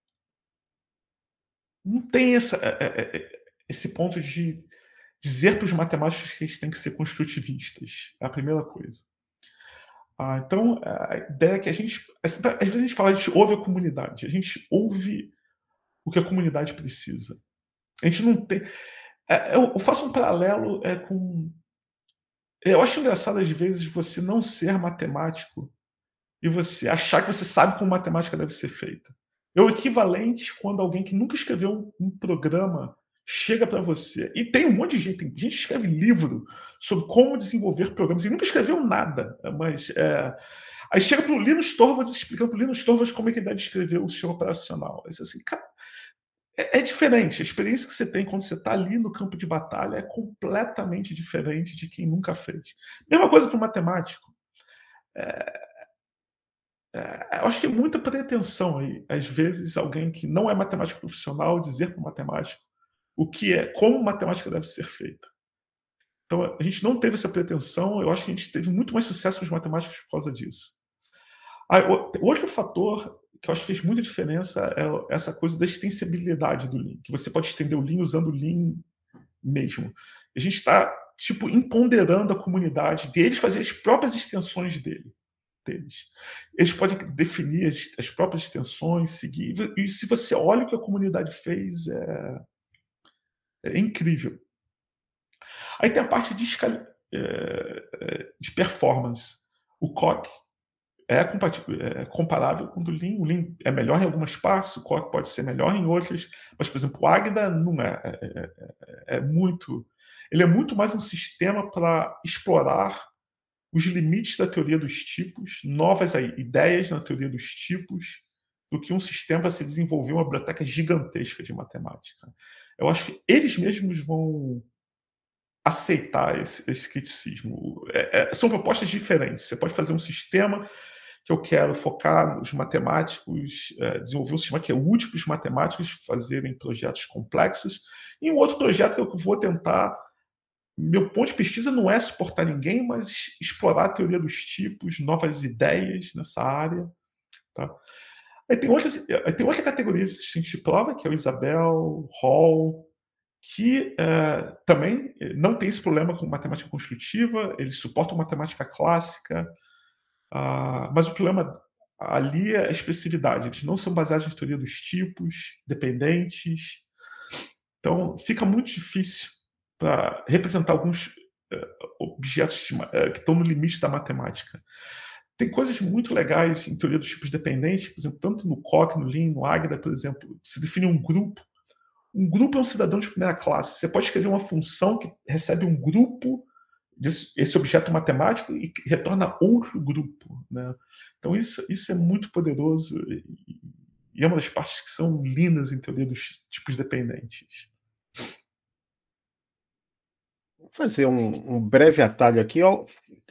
não tem essa eh eh eh, esse ponto de dizer para os matemáticos que eles têm que ser construtivistas, é a primeira coisa. Ah, então a ideia é que a gente assim, às vezes a gente fala, a gente ouve a comunidade, a gente ouve o que a comunidade precisa. A gente não tem eh, eu eu faço um paralelo, eh, com eu acho engraçado, às vezes, você não ser matemático e você achar que você sabe como matemática deve ser feita. É o equivalente quando alguém que nunca escreveu um um programa chega para você. E tem um monte de gente, tem gente que escreve livro sobre como desenvolver programas e nunca escreveu nada, mas é, aí chega para o Linus Torvalds explicando para o Linus Torvalds como é que ele deve escrever o sistema operacional. Aí você assim, cara, é, é diferente. A experiência que você tem quando você está ali no campo de batalha é completamente diferente de quem nunca fez. Mesma coisa para o matemático. É, é, eu acho que é muita pretensão aí, às vezes, alguém que não é matemático profissional dizer para o matemático o que é, como matemática deve ser feita. Então, a gente não teve essa pretensão, eu acho que a gente teve muito mais sucesso com os matemáticos por causa disso. Ah, o outro fator que eu acho que fez muita diferença é essa coisa da extensibilidade do Lean, que você pode estender o Lean usando o Lean mesmo. A gente está, tipo, empoderando a comunidade deles fazer as próprias extensões dele, deles. Eles podem definir as, as próprias extensões, seguir, e se você olha o que a comunidade fez, é, é incrível. Aí tem a parte de, é, de performance. O C O C é, é comparável com o do Lean. O Lean é melhor em algumas partes, o C O C pode ser melhor em outras, mas, por exemplo, o Agda não é. É, é, é muito... Ele é muito mais um sistema para explorar os limites da teoria dos tipos, novas aí, ideias na teoria dos tipos, do que um sistema para se desenvolver uma biblioteca gigantesca de matemática. Eu acho que eles mesmos vão aceitar esse, esse criticismo. É, é, são propostas diferentes. Você pode fazer um sistema que eu quero focar nos matemáticos, é, desenvolver um sistema que é útil para os matemáticos fazerem projetos complexos, e um outro projeto que eu vou tentar... Meu ponto de pesquisa não é suportar ninguém, mas explorar a teoria dos tipos, novas ideias nessa área. Tá? Aí tem, outras, aí tem outra categoria de assistente de prova, que é o Isabel, Hall, que uh, também não tem esse problema com matemática construtiva, eles suportam matemática clássica, uh, mas o problema ali é a expressividade. Eles não são baseados na teoria dos tipos, dependentes. Então, fica muito difícil para representar alguns uh, objetos uh, que estão no limite da matemática. Tem coisas muito legais em teoria dos tipos dependentes, por exemplo, tanto no C O C, no Lean, no Agda, por exemplo, se define um grupo. Um grupo é um cidadão de primeira classe. Você pode escrever uma função que recebe um grupo desse objeto matemático e retorna outro grupo. Né? Então, isso, isso é muito poderoso e é uma das partes que são lindas em teoria dos tipos dependentes. Vou fazer um, um breve atalho aqui ó,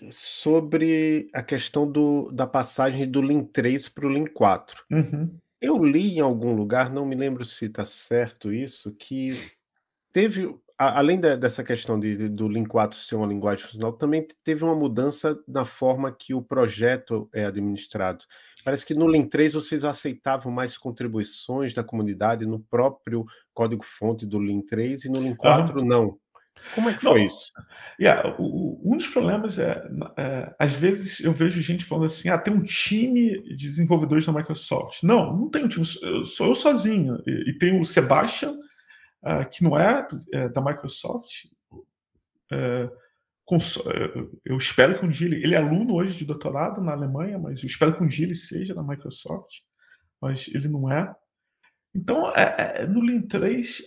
sobre a questão do, da passagem do Lean três para o Lean quatro. Uhum. Eu li em algum lugar, não me lembro se está certo isso, que teve, a, além da, dessa questão de, do Lean quatro ser uma linguagem funcional, também teve uma mudança na forma que o projeto é administrado. Parece que no Lean três vocês aceitavam mais contribuições da comunidade no próprio código-fonte do Lean três e no Lean quatro Uhum. não. Como é que Não, foi isso? Yeah, o, o, um dos problemas é, é, às vezes eu vejo gente falando assim, ah, tem um time de desenvolvedores da Microsoft. Não, não tem um time, sou, sou eu sozinho. E, e tem o Sebastian, uh, que não é, é da Microsoft. É, com, eu espero que um dia ele, ele é aluno hoje de doutorado na Alemanha, mas eu espero que um dia ele seja da Microsoft, mas ele não é. Então, é, é, no Lean três,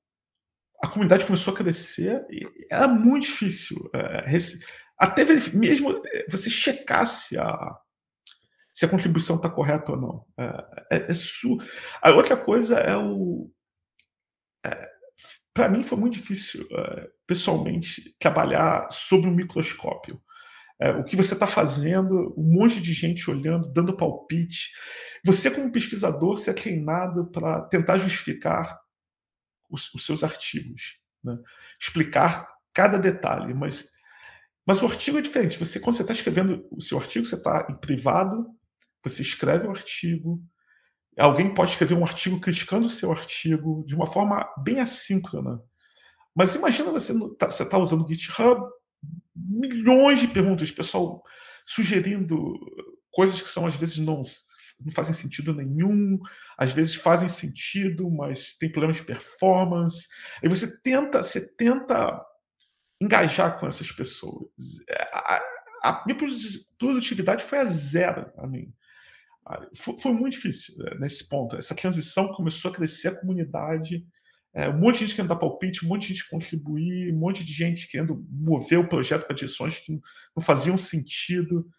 a comunidade começou a crescer e era muito difícil. É, até mesmo você checasse a, se a contribuição está correta ou não. É, é, é su... A outra coisa é o... É, para mim foi muito difícil, é, pessoalmente, trabalhar sob um microscópio. É, o que você está fazendo, um monte de gente olhando, dando palpite. Você, como pesquisador, você é treinado para tentar justificar os, os seus artigos, né? Explicar cada detalhe, mas, mas o artigo é diferente. Você, quando você está escrevendo o seu artigo, você está em privado, você escreve o artigo, alguém pode escrever um artigo criticando o seu artigo de uma forma bem assíncrona. Mas imagina você está você tá usando o GitHub, milhões de perguntas, pessoal sugerindo coisas que são às vezes não, não fazem sentido nenhum, às vezes fazem sentido, mas tem problemas de performance. Aí você tenta, você tenta engajar com essas pessoas. A, a minha produtividade foi a zero a mim. Foi, foi muito difícil nesse ponto. Essa transição começou a crescer a comunidade. é, um monte de gente querendo dar palpite, um monte de gente contribuir, um monte de gente querendo mover o projeto para direções que não faziam sentido.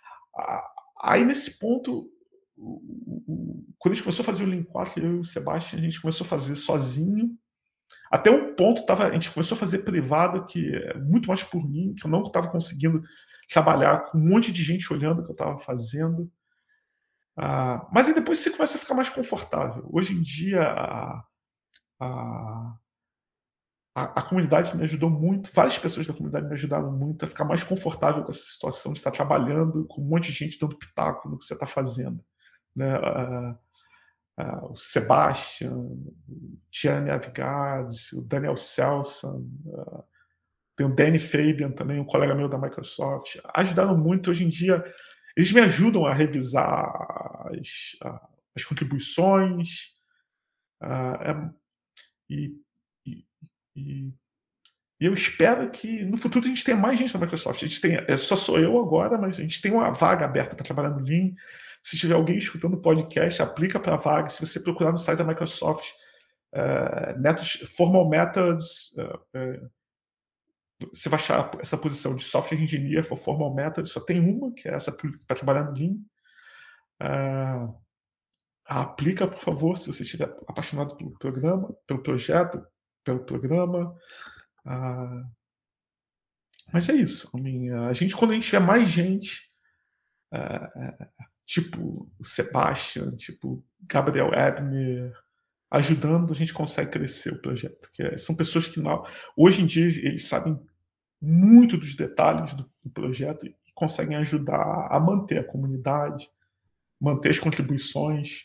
Aí, nesse ponto, quando a gente começou a fazer o Lean quatro, eu e o Sebastian, a gente começou a fazer sozinho. Até um ponto, tava, a gente começou a fazer privado, que é muito mais por mim, que eu não estava conseguindo trabalhar com um monte de gente olhando o que eu estava fazendo. Ah, mas aí depois você começa a ficar mais confortável. Hoje em dia, a, a, a, a comunidade me ajudou muito, várias pessoas da comunidade me ajudaram muito a ficar mais confortável com essa situação de estar trabalhando com um monte de gente dando pitaco no que você está fazendo. Né? Ah, ah, o Sebastian, o Gianni Avigads, o Daniel Selson, ah, tem o Danny Fabian também, um colega meu da Microsoft, ajudaram muito. Hoje em dia, eles me ajudam a revisar as, as contribuições, uh, é, e, e, e, e eu espero que no futuro a gente tenha mais gente na Microsoft. A gente tem, é, só sou eu agora, mas a gente tem uma vaga aberta para trabalhar no Lean. Se tiver alguém escutando o podcast, aplica para a vaga. Se você procurar no site da Microsoft, uh, methods, Formal Methods, uh, uh, você vai achar essa posição de Software Engineer for Formal Methods, só tem uma, que é essa para trabalhar no Lean. Uh, aplica, por favor, se você estiver apaixonado pelo programa, pelo projeto, pelo programa. Uh, mas é isso. I mean, a gente, quando a gente tiver mais gente, uh, tipo o Sebastian, tipo Gabriel Ebner, ajudando, a gente consegue crescer o projeto. Que é, são pessoas que, não, hoje em dia, eles sabem muito dos detalhes do, do projeto e conseguem ajudar a manter a comunidade, manter as contribuições.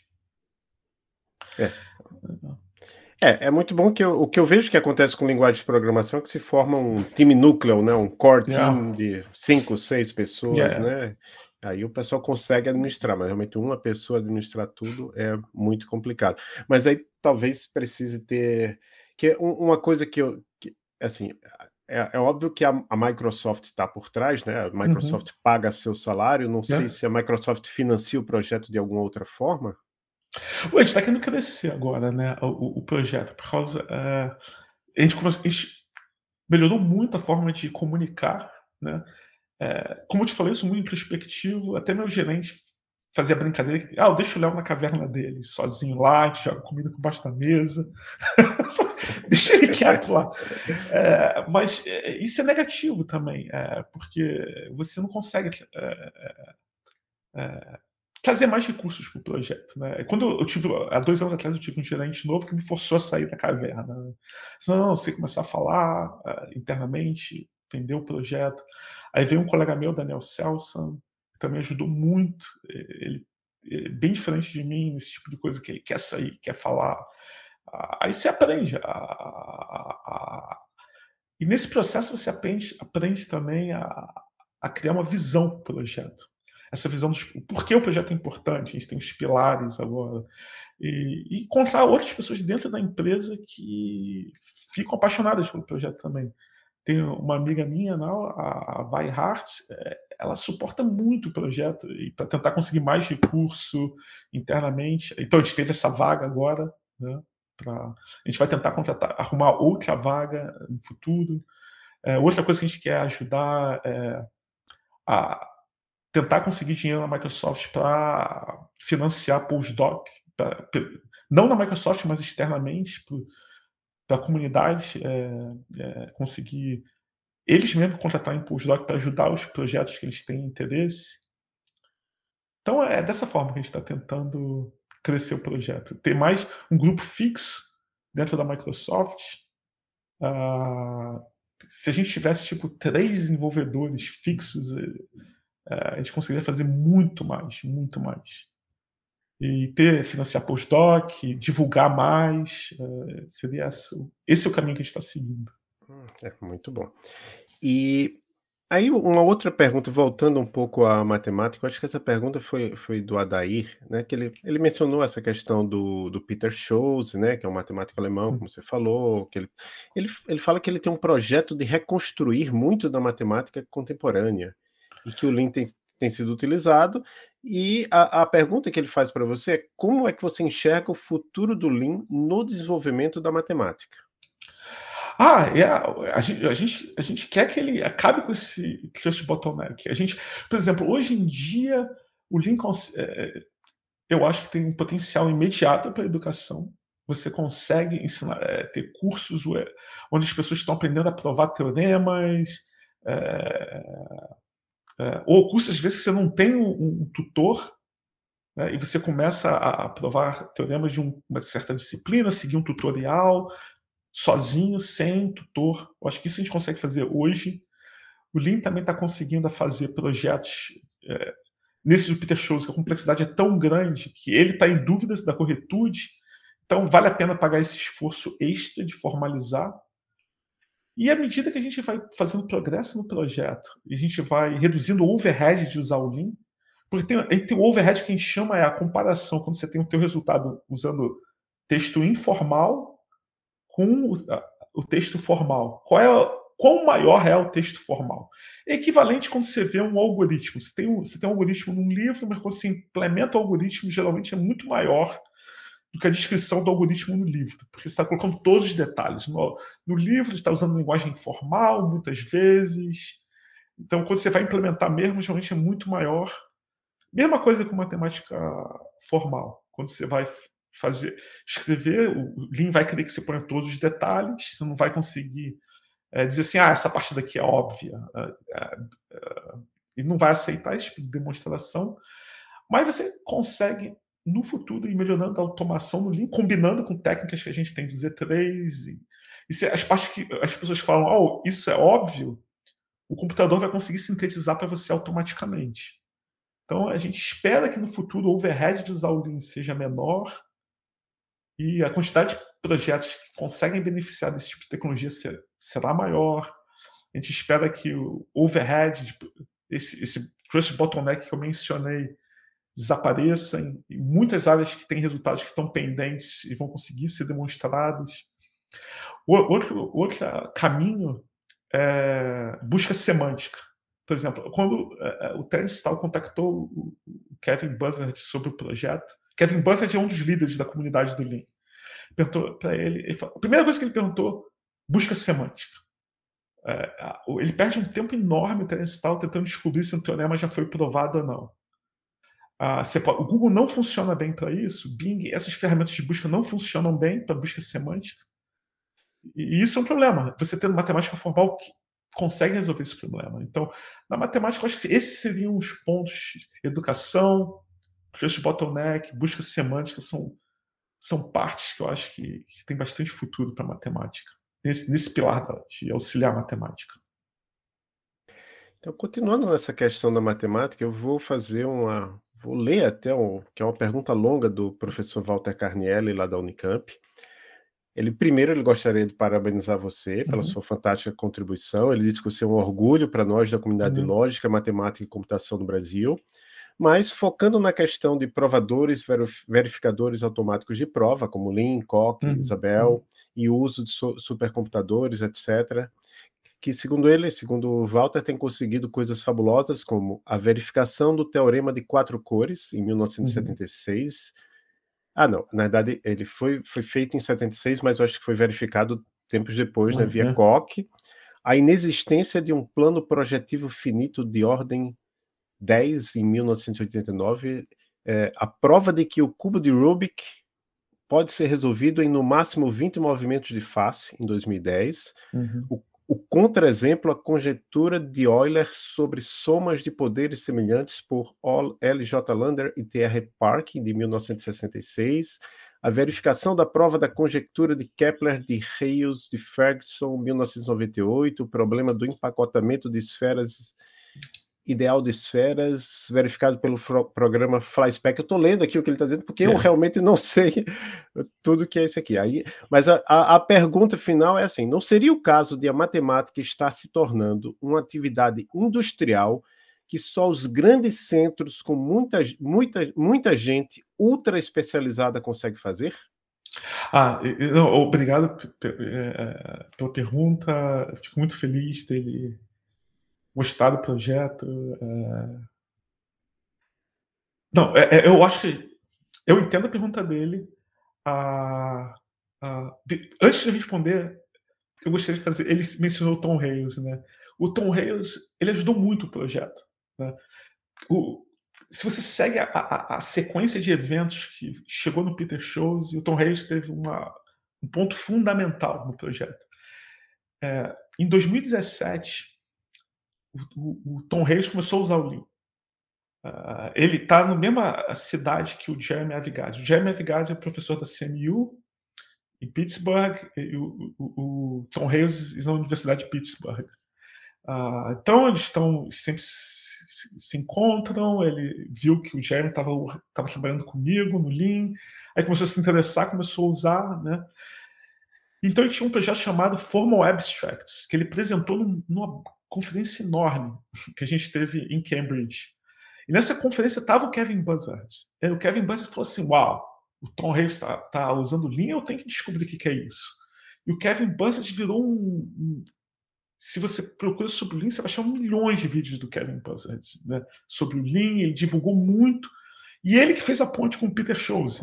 É. É, é muito bom que eu, o que eu vejo que acontece com linguagem de programação é que se forma um time núcleo, né? Um core Yeah. team de cinco, seis pessoas, Yeah. né? Aí o pessoal consegue administrar, mas realmente uma pessoa administrar tudo é muito complicado. Mas aí talvez precise ter... que é uma coisa que eu... Que, assim, é, é óbvio que a, a Microsoft está por trás, né? A Microsoft uhum. paga seu salário, não yeah. sei se a Microsoft financia o projeto de alguma outra forma. A gente está querendo crescer agora, né, o, o projeto, por causa... Uh, a, gente começou, a gente melhorou muito a forma de comunicar, né? É, como eu te falei, eu sou muito introspectivo, até meu gerente fazia brincadeira que, ah, eu deixo o Léo na caverna dele, sozinho lá, a gente joga comida por baixo da mesa, deixa ele quieto lá. É, mas é, isso é negativo também, é, porque você não consegue é, é, trazer mais recursos para o projeto, né? Quando eu tive, há dois anos atrás, eu tive um gerente novo que me forçou a sair da caverna. Né? Não, não, você começar a falar uh, internamente, vender o projeto. Aí veio um colega meu, Daniel Selson, que também ajudou muito. Ele, ele bem diferente de mim nesse tipo de coisa, que ele quer sair, quer falar. Uh, aí você aprende. A, a, a... E nesse processo você aprende, aprende também a, a criar uma visão para o projeto. Essa visão do por que o projeto é importante, a gente tem os pilares agora, e, e encontrar outras pessoas dentro da empresa que ficam apaixonadas pelo projeto também. Tem uma amiga minha, não, a Vai Hart, ela suporta muito o projeto e para tentar conseguir mais recurso internamente. Então a gente teve essa vaga agora, né? Pra, a gente vai tentar contratar, arrumar outra vaga no futuro. É, outra coisa que a gente quer ajudar é a tentar conseguir dinheiro na Microsoft para financiar postdoc, pra, não na Microsoft, mas externamente, para a comunidade é, é, conseguir eles mesmos contratarem postdoc para ajudar os projetos que eles têm interesse. Então é dessa forma que a gente está tentando crescer o projeto. Ter mais um grupo fixo dentro da Microsoft. Uh, se a gente tivesse tipo três desenvolvedores fixos, a gente conseguiria fazer muito mais, muito mais. E ter, financiar postdoc, divulgar mais, uh, seria esse, esse é o caminho que a gente está seguindo. É muito bom. E aí uma outra pergunta, voltando um pouco à matemática, eu acho que essa pergunta foi, foi do Adair, né, que ele, ele mencionou essa questão do, do Peter Schulze, né, que é um matemático alemão, como você falou, que ele, ele, ele fala que ele tem um projeto de reconstruir muito da matemática contemporânea, e que o Lean tem, tem sido utilizado, e a, a pergunta que ele faz para você é como é que você enxerga o futuro do Lean no desenvolvimento da matemática? Ah, é, a, gente, a, gente, a gente quer que ele acabe com esse trust bottleneck. A gente, por exemplo, hoje em dia, o Lean, é, eu acho que tem um potencial imediato para a educação. Você consegue ensinar, é, ter cursos onde as pessoas estão aprendendo a provar teoremas, é, é, ou cursos, às vezes, que você não tem um, um tutor, né, e você começa a, a provar teoremas de um, uma certa disciplina, seguir um tutorial, sozinho, sem tutor. Eu acho que isso a gente consegue fazer hoje. O Lean também está conseguindo fazer projetos é, nesse Jupyter Shows, que a complexidade é tão grande que ele está em dúvidas da corretude, então vale a pena pagar esse esforço extra de formalizar. E à medida que a gente vai fazendo progresso no projeto, e a gente vai reduzindo o overhead de usar o Lean, porque tem, tem o overhead que a gente chama é a comparação, quando você tem o teu resultado usando texto informal com o, o texto formal. Qual é, quão maior é o texto formal? É equivalente quando você vê um algoritmo. Você tem um, você tem um algoritmo num livro, mas quando você implementa o algoritmo, geralmente é muito maior do que a descrição do algoritmo no livro, porque você está colocando todos os detalhes. No, no livro, você está usando linguagem informal, muitas vezes. Então, quando você vai implementar mesmo, geralmente é muito maior. Mesma coisa com matemática formal. Quando você vai fazer, escrever, o Lean vai querer que você ponha todos os detalhes, você não vai conseguir é, dizer assim, ah, essa parte daqui é óbvia, é, é, e não vai aceitar esse tipo de demonstração, mas você consegue, no futuro, ir melhorando a automação no Lean, combinando com técnicas que a gente tem do Z três, e, e se as partes que as pessoas falam, oh, isso é óbvio, o computador vai conseguir sintetizar para você automaticamente. Então, a gente espera que no futuro o overhead de usar o Lean seja menor e a quantidade de projetos que conseguem beneficiar desse tipo de tecnologia será maior. A gente espera que o overhead, esse, esse trust bottleneck que eu mencionei, desapareça em, em muitas áreas que têm resultados que estão pendentes e vão conseguir ser demonstrados. O, outro, outro caminho é busca semântica. Por exemplo, quando uh, o Terence Tao contactou o, o Kevin Buzzard sobre o projeto, Kevin Buzzard é um dos líderes da comunidade do Lean. Perguntou para ele, ele falou, a primeira coisa que ele perguntou, busca semântica. Uh, ele perde um tempo enorme, o Terence Tao, tentando descobrir se um teorema já foi provado ou não. Uh, pode, o Google não funciona bem para isso, Bing, essas ferramentas de busca não funcionam bem para busca semântica. E, e isso é um problema. Você tendo matemática formal que consegue resolver esse problema. Então, na matemática, eu acho que esses seriam os pontos: educação, trust bottleneck, busca semântica, são, são partes que eu acho que, que tem bastante futuro para a matemática, nesse, nesse pilar de auxiliar a matemática. Então, continuando nessa questão da matemática, eu vou fazer uma. Vou ler até um, que é uma pergunta longa do professor Walter Carnielli, lá da Unicamp. Ele, primeiro, ele gostaria de parabenizar você pela uhum. sua fantástica contribuição. Ele disse que você é um orgulho para nós da comunidade uhum. de lógica, matemática e computação do Brasil. Mas, focando na questão de provadores, verificadores automáticos de prova, como Lean, Coq, uhum. Isabel, uhum. e o uso de supercomputadores, etcétera, que, segundo ele, segundo o Walter, tem conseguido coisas fabulosas, como a verificação do teorema de quatro cores, em mil novecentos e setenta e seis. Uhum. Ah, não, na verdade, ele foi, foi feito em setenta e seis, mas eu acho que foi verificado tempos depois, uhum. né, via Coq. A inexistência de um plano projetivo finito de ordem dez, em mil novecentos e oitenta e nove, é, a prova de que o cubo de Rubik pode ser resolvido em, no máximo, vinte movimentos de face, em dois mil e dez. Uhum. O O contra-exemplo, a conjectura de Euler sobre somas de poderes semelhantes por L J Lander e T R Parkin, de mil novecentos e sessenta e seis. A verificação da prova da conjectura de Kepler de Hales de Ferguson, mil novecentos e noventa e oito. O problema do empacotamento de esferas, ideal de esferas, verificado pelo programa FlySpec. Eu estou lendo aqui o que ele está dizendo, porque é. eu realmente não sei tudo que é isso aqui. Aí, mas a, a, a pergunta final é assim, não seria o caso de a matemática estar se tornando uma atividade industrial que só os grandes centros com muita, muita, muita gente ultra especializada consegue fazer? Ah, eu, não, obrigado pela pergunta, fico muito feliz dele gostar do projeto. É... Não, é, é, eu acho que eu entendo a pergunta dele. A, a, de, antes de eu responder, eu gostaria de fazer. Ele mencionou o Tom Hales, né? O Tom Hales, ele ajudou muito o projeto, né? O, se você segue a, a, a, sequência de eventos que chegou no Peter Shows, e o Tom Hales teve uma, um ponto fundamental no projeto. É, em dois mil e dezessete, o, o, o Tom Hales começou a usar o Lean. Uh, ele está na mesma cidade que o Jeremy Avigad. O Jeremy Avigad é professor da C M U em Pittsburgh, e o, o, o Tom Hales é na Universidade de Pittsburgh. Uh, então eles estão sempre se, se encontram. Ele viu que o Jeremy estava trabalhando comigo no Lean, aí começou a se interessar, começou a usar, né? Então ele tinha um projeto chamado Formal Abstracts, que ele apresentou num, numa conferência enorme que a gente teve em Cambridge. E nessa conferência estava o Kevin Buzzard. E o Kevin Buzzard falou assim: uau, o Tom Hales está tá usando Lean, eu tenho que descobrir o que, que é isso. E o Kevin Buzzard virou um, um. Se você procura sobre o Lean, você vai achar milhões de vídeos do Kevin Buzzard, né, sobre o Lean. Ele divulgou muito. E ele que fez a ponte com o Peter Shows.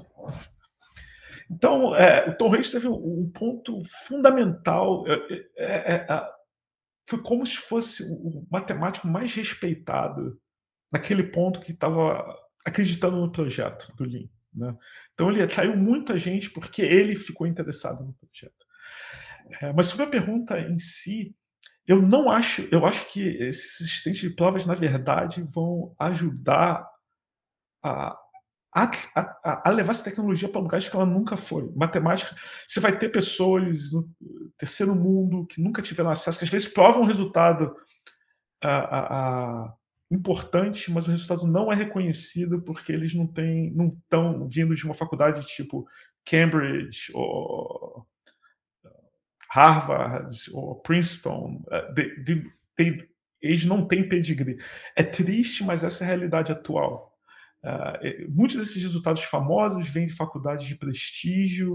Então, é, o Tom Hales teve um, um ponto fundamental. É, é, é, foi como se fosse o matemático mais respeitado naquele ponto que estava acreditando no projeto do Lean, né? Então ele atraiu muita gente porque ele ficou interessado no projeto. É, mas sobre a pergunta em si, eu não acho, eu acho que esses assistentes de provas, na verdade, vão ajudar a, a, a, a levar essa tecnologia para lugares que ela nunca foi. Matemática, você vai ter pessoas no terceiro mundo que nunca tiveram acesso, que às vezes provam um resultado a, a, a importante, mas o resultado não é reconhecido porque eles não têm, não estão vindo de uma faculdade tipo Cambridge ou Harvard ou Princeton. De, de, de, eles não têm pedigree. É triste, mas essa é a realidade atual. Uh, muitos desses resultados famosos vêm de faculdades de prestígio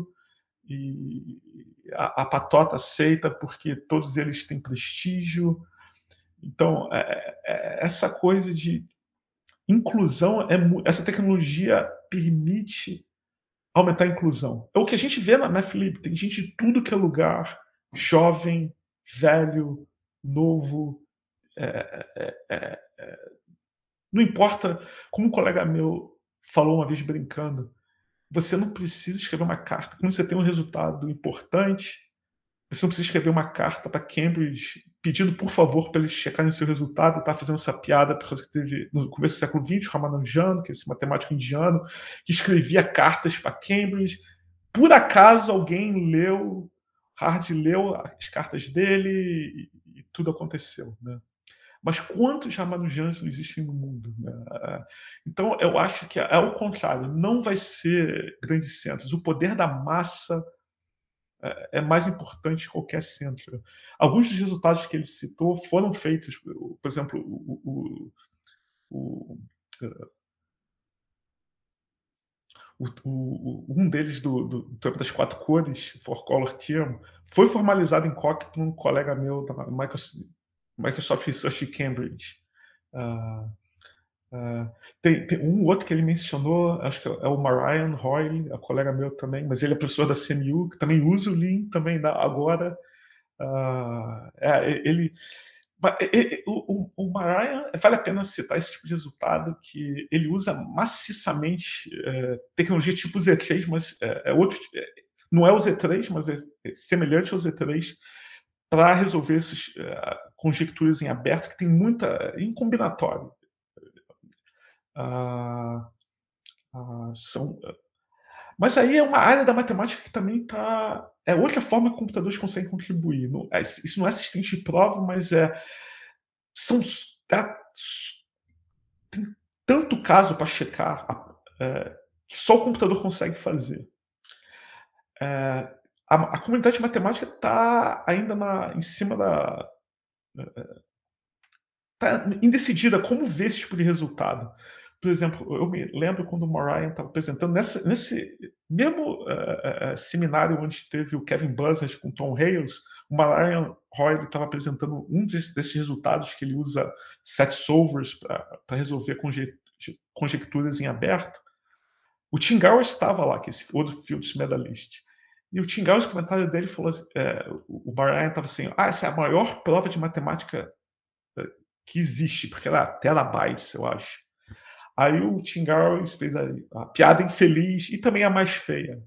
e a, a patota aceita porque todos eles têm prestígio. Então, é, é, essa coisa de inclusão, é, essa tecnologia permite aumentar a inclusão. É o que a gente vê na MathLib, tem gente de tudo que é lugar, jovem, velho, novo. É, é, é, é, não importa, como um colega meu falou uma vez brincando, você não precisa escrever uma carta. Quando você tem um resultado importante, você não precisa escrever uma carta para Cambridge pedindo, por favor, para eles checarem seu resultado. Está fazendo essa piada porque teve, no começo do século vinte, Ramanujan, que é esse matemático indiano, que escrevia cartas para Cambridge. Por acaso, alguém leu, Hard leu as cartas dele e, e tudo aconteceu, né? Mas quantos Ramanujans não existem no mundo, né? Então, eu acho que é o contrário. Não vai ser grandes centros. O poder da massa é mais importante que qualquer centro. Alguns dos resultados que ele citou foram feitos, por exemplo, o, o, o, o, o um deles do, do, do Teorema das Quatro Cores, Four Color Theorem, foi formalizado em Coq por um colega meu da Microsoft, Microsoft Research de Cambridge. Uh, Uh, tem, tem um outro que ele mencionou, acho que é o Marian Royle, é um colega meu também, mas ele é professor da C M U, que também usa o Lean também agora. Uh, é, ele, ele o, o Marian, vale a pena citar esse tipo de resultado, que ele usa maciçamente é, tecnologia tipo Z três, mas é, é outro, é, não é o Z três, mas é, é semelhante ao Z três, para resolver essas é, conjecturas em aberto, que tem muita, em combinatório. Ah, ah, são... Mas aí é uma área da matemática que também está... É outra forma que computadores conseguem contribuir. Não, isso não é assistente de prova, mas é... São... É, tem tanto caso para checar é, que só o computador consegue fazer. É, a, a comunidade de matemática está ainda na, em cima da... Está indecidida como ver esse tipo de resultado. Por exemplo, eu me lembro quando o Marian estava apresentando, nessa, nesse mesmo uh, uh, seminário onde teve o Kevin Buzzard com o Tom Hales, o Marian Royle estava apresentando um desses, desses resultados que ele usa set solvers para resolver de conjecturas em aberto, o Tim Gowers estava lá, que é esse outro Fields Medalist. E o Tim Gowers, o comentário dele falou assim, é, o Bryant estava assim, ah, essa é a maior prova de matemática é, que existe, porque ela é terabytes, eu acho. Aí o Tim Gowers fez a, a piada infeliz e também a mais feia.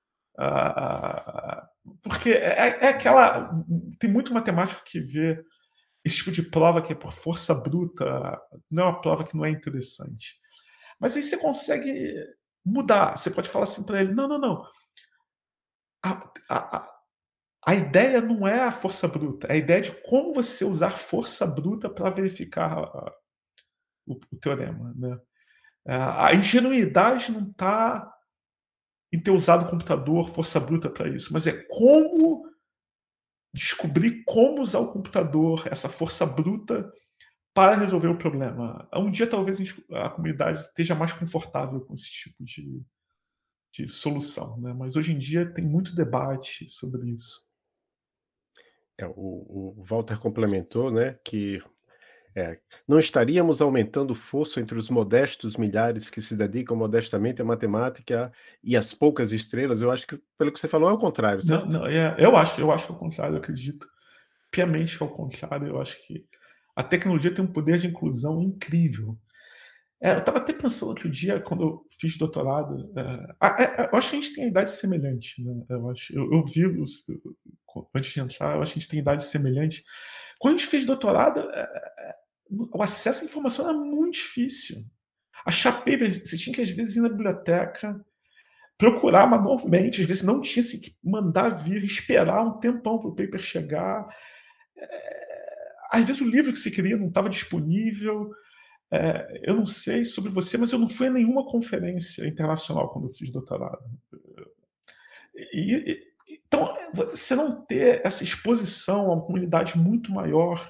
Ah, porque é, é aquela. Tem muito matemático que vê esse tipo de prova que é por força bruta, não é uma prova que não é interessante. Mas aí você consegue mudar. Você pode falar assim para ele: não, não, não. A, a, a, a ideia não é a força bruta, é a ideia de como você usar força bruta para verificar a, o, o teorema. Né? A ingenuidade não está em ter usado computador, força bruta para isso, mas é como descobrir como usar o computador, essa força bruta, para resolver o problema. Um dia talvez a comunidade esteja mais confortável com esse tipo de, de solução, né? Mas hoje em dia tem muito debate sobre isso. É, o, o Walter complementou, né, que é, não estaríamos aumentando o fosso entre os modestos milhares que se dedicam modestamente à matemática e as poucas estrelas. Eu acho que, pelo que você falou, é o contrário, Não, certo? não, é, eu acho, eu acho que é o contrário, eu acredito piamente que é o contrário. Eu acho que a tecnologia tem um poder de inclusão incrível. É, eu estava até pensando outro dia, quando eu fiz doutorado, é, a- a- eu acho que a gente tem idade semelhante, né? Eu acho, eu, eu vi os, antes de entrar, eu acho que a gente tem idade semelhante. Quando a gente fez doutorado, é, é, o acesso à informação era muito difícil. Achar paper, você tinha que às vezes ir na biblioteca, procurar manualmente, às vezes não tinha assim, que mandar vir, esperar um tempão para o paper chegar. É, às vezes o livro que você queria não estava disponível. É, eu não sei sobre você, mas eu não fui a nenhuma conferência internacional quando eu fiz doutorado. E, e, então, você não ter essa exposição a uma comunidade muito maior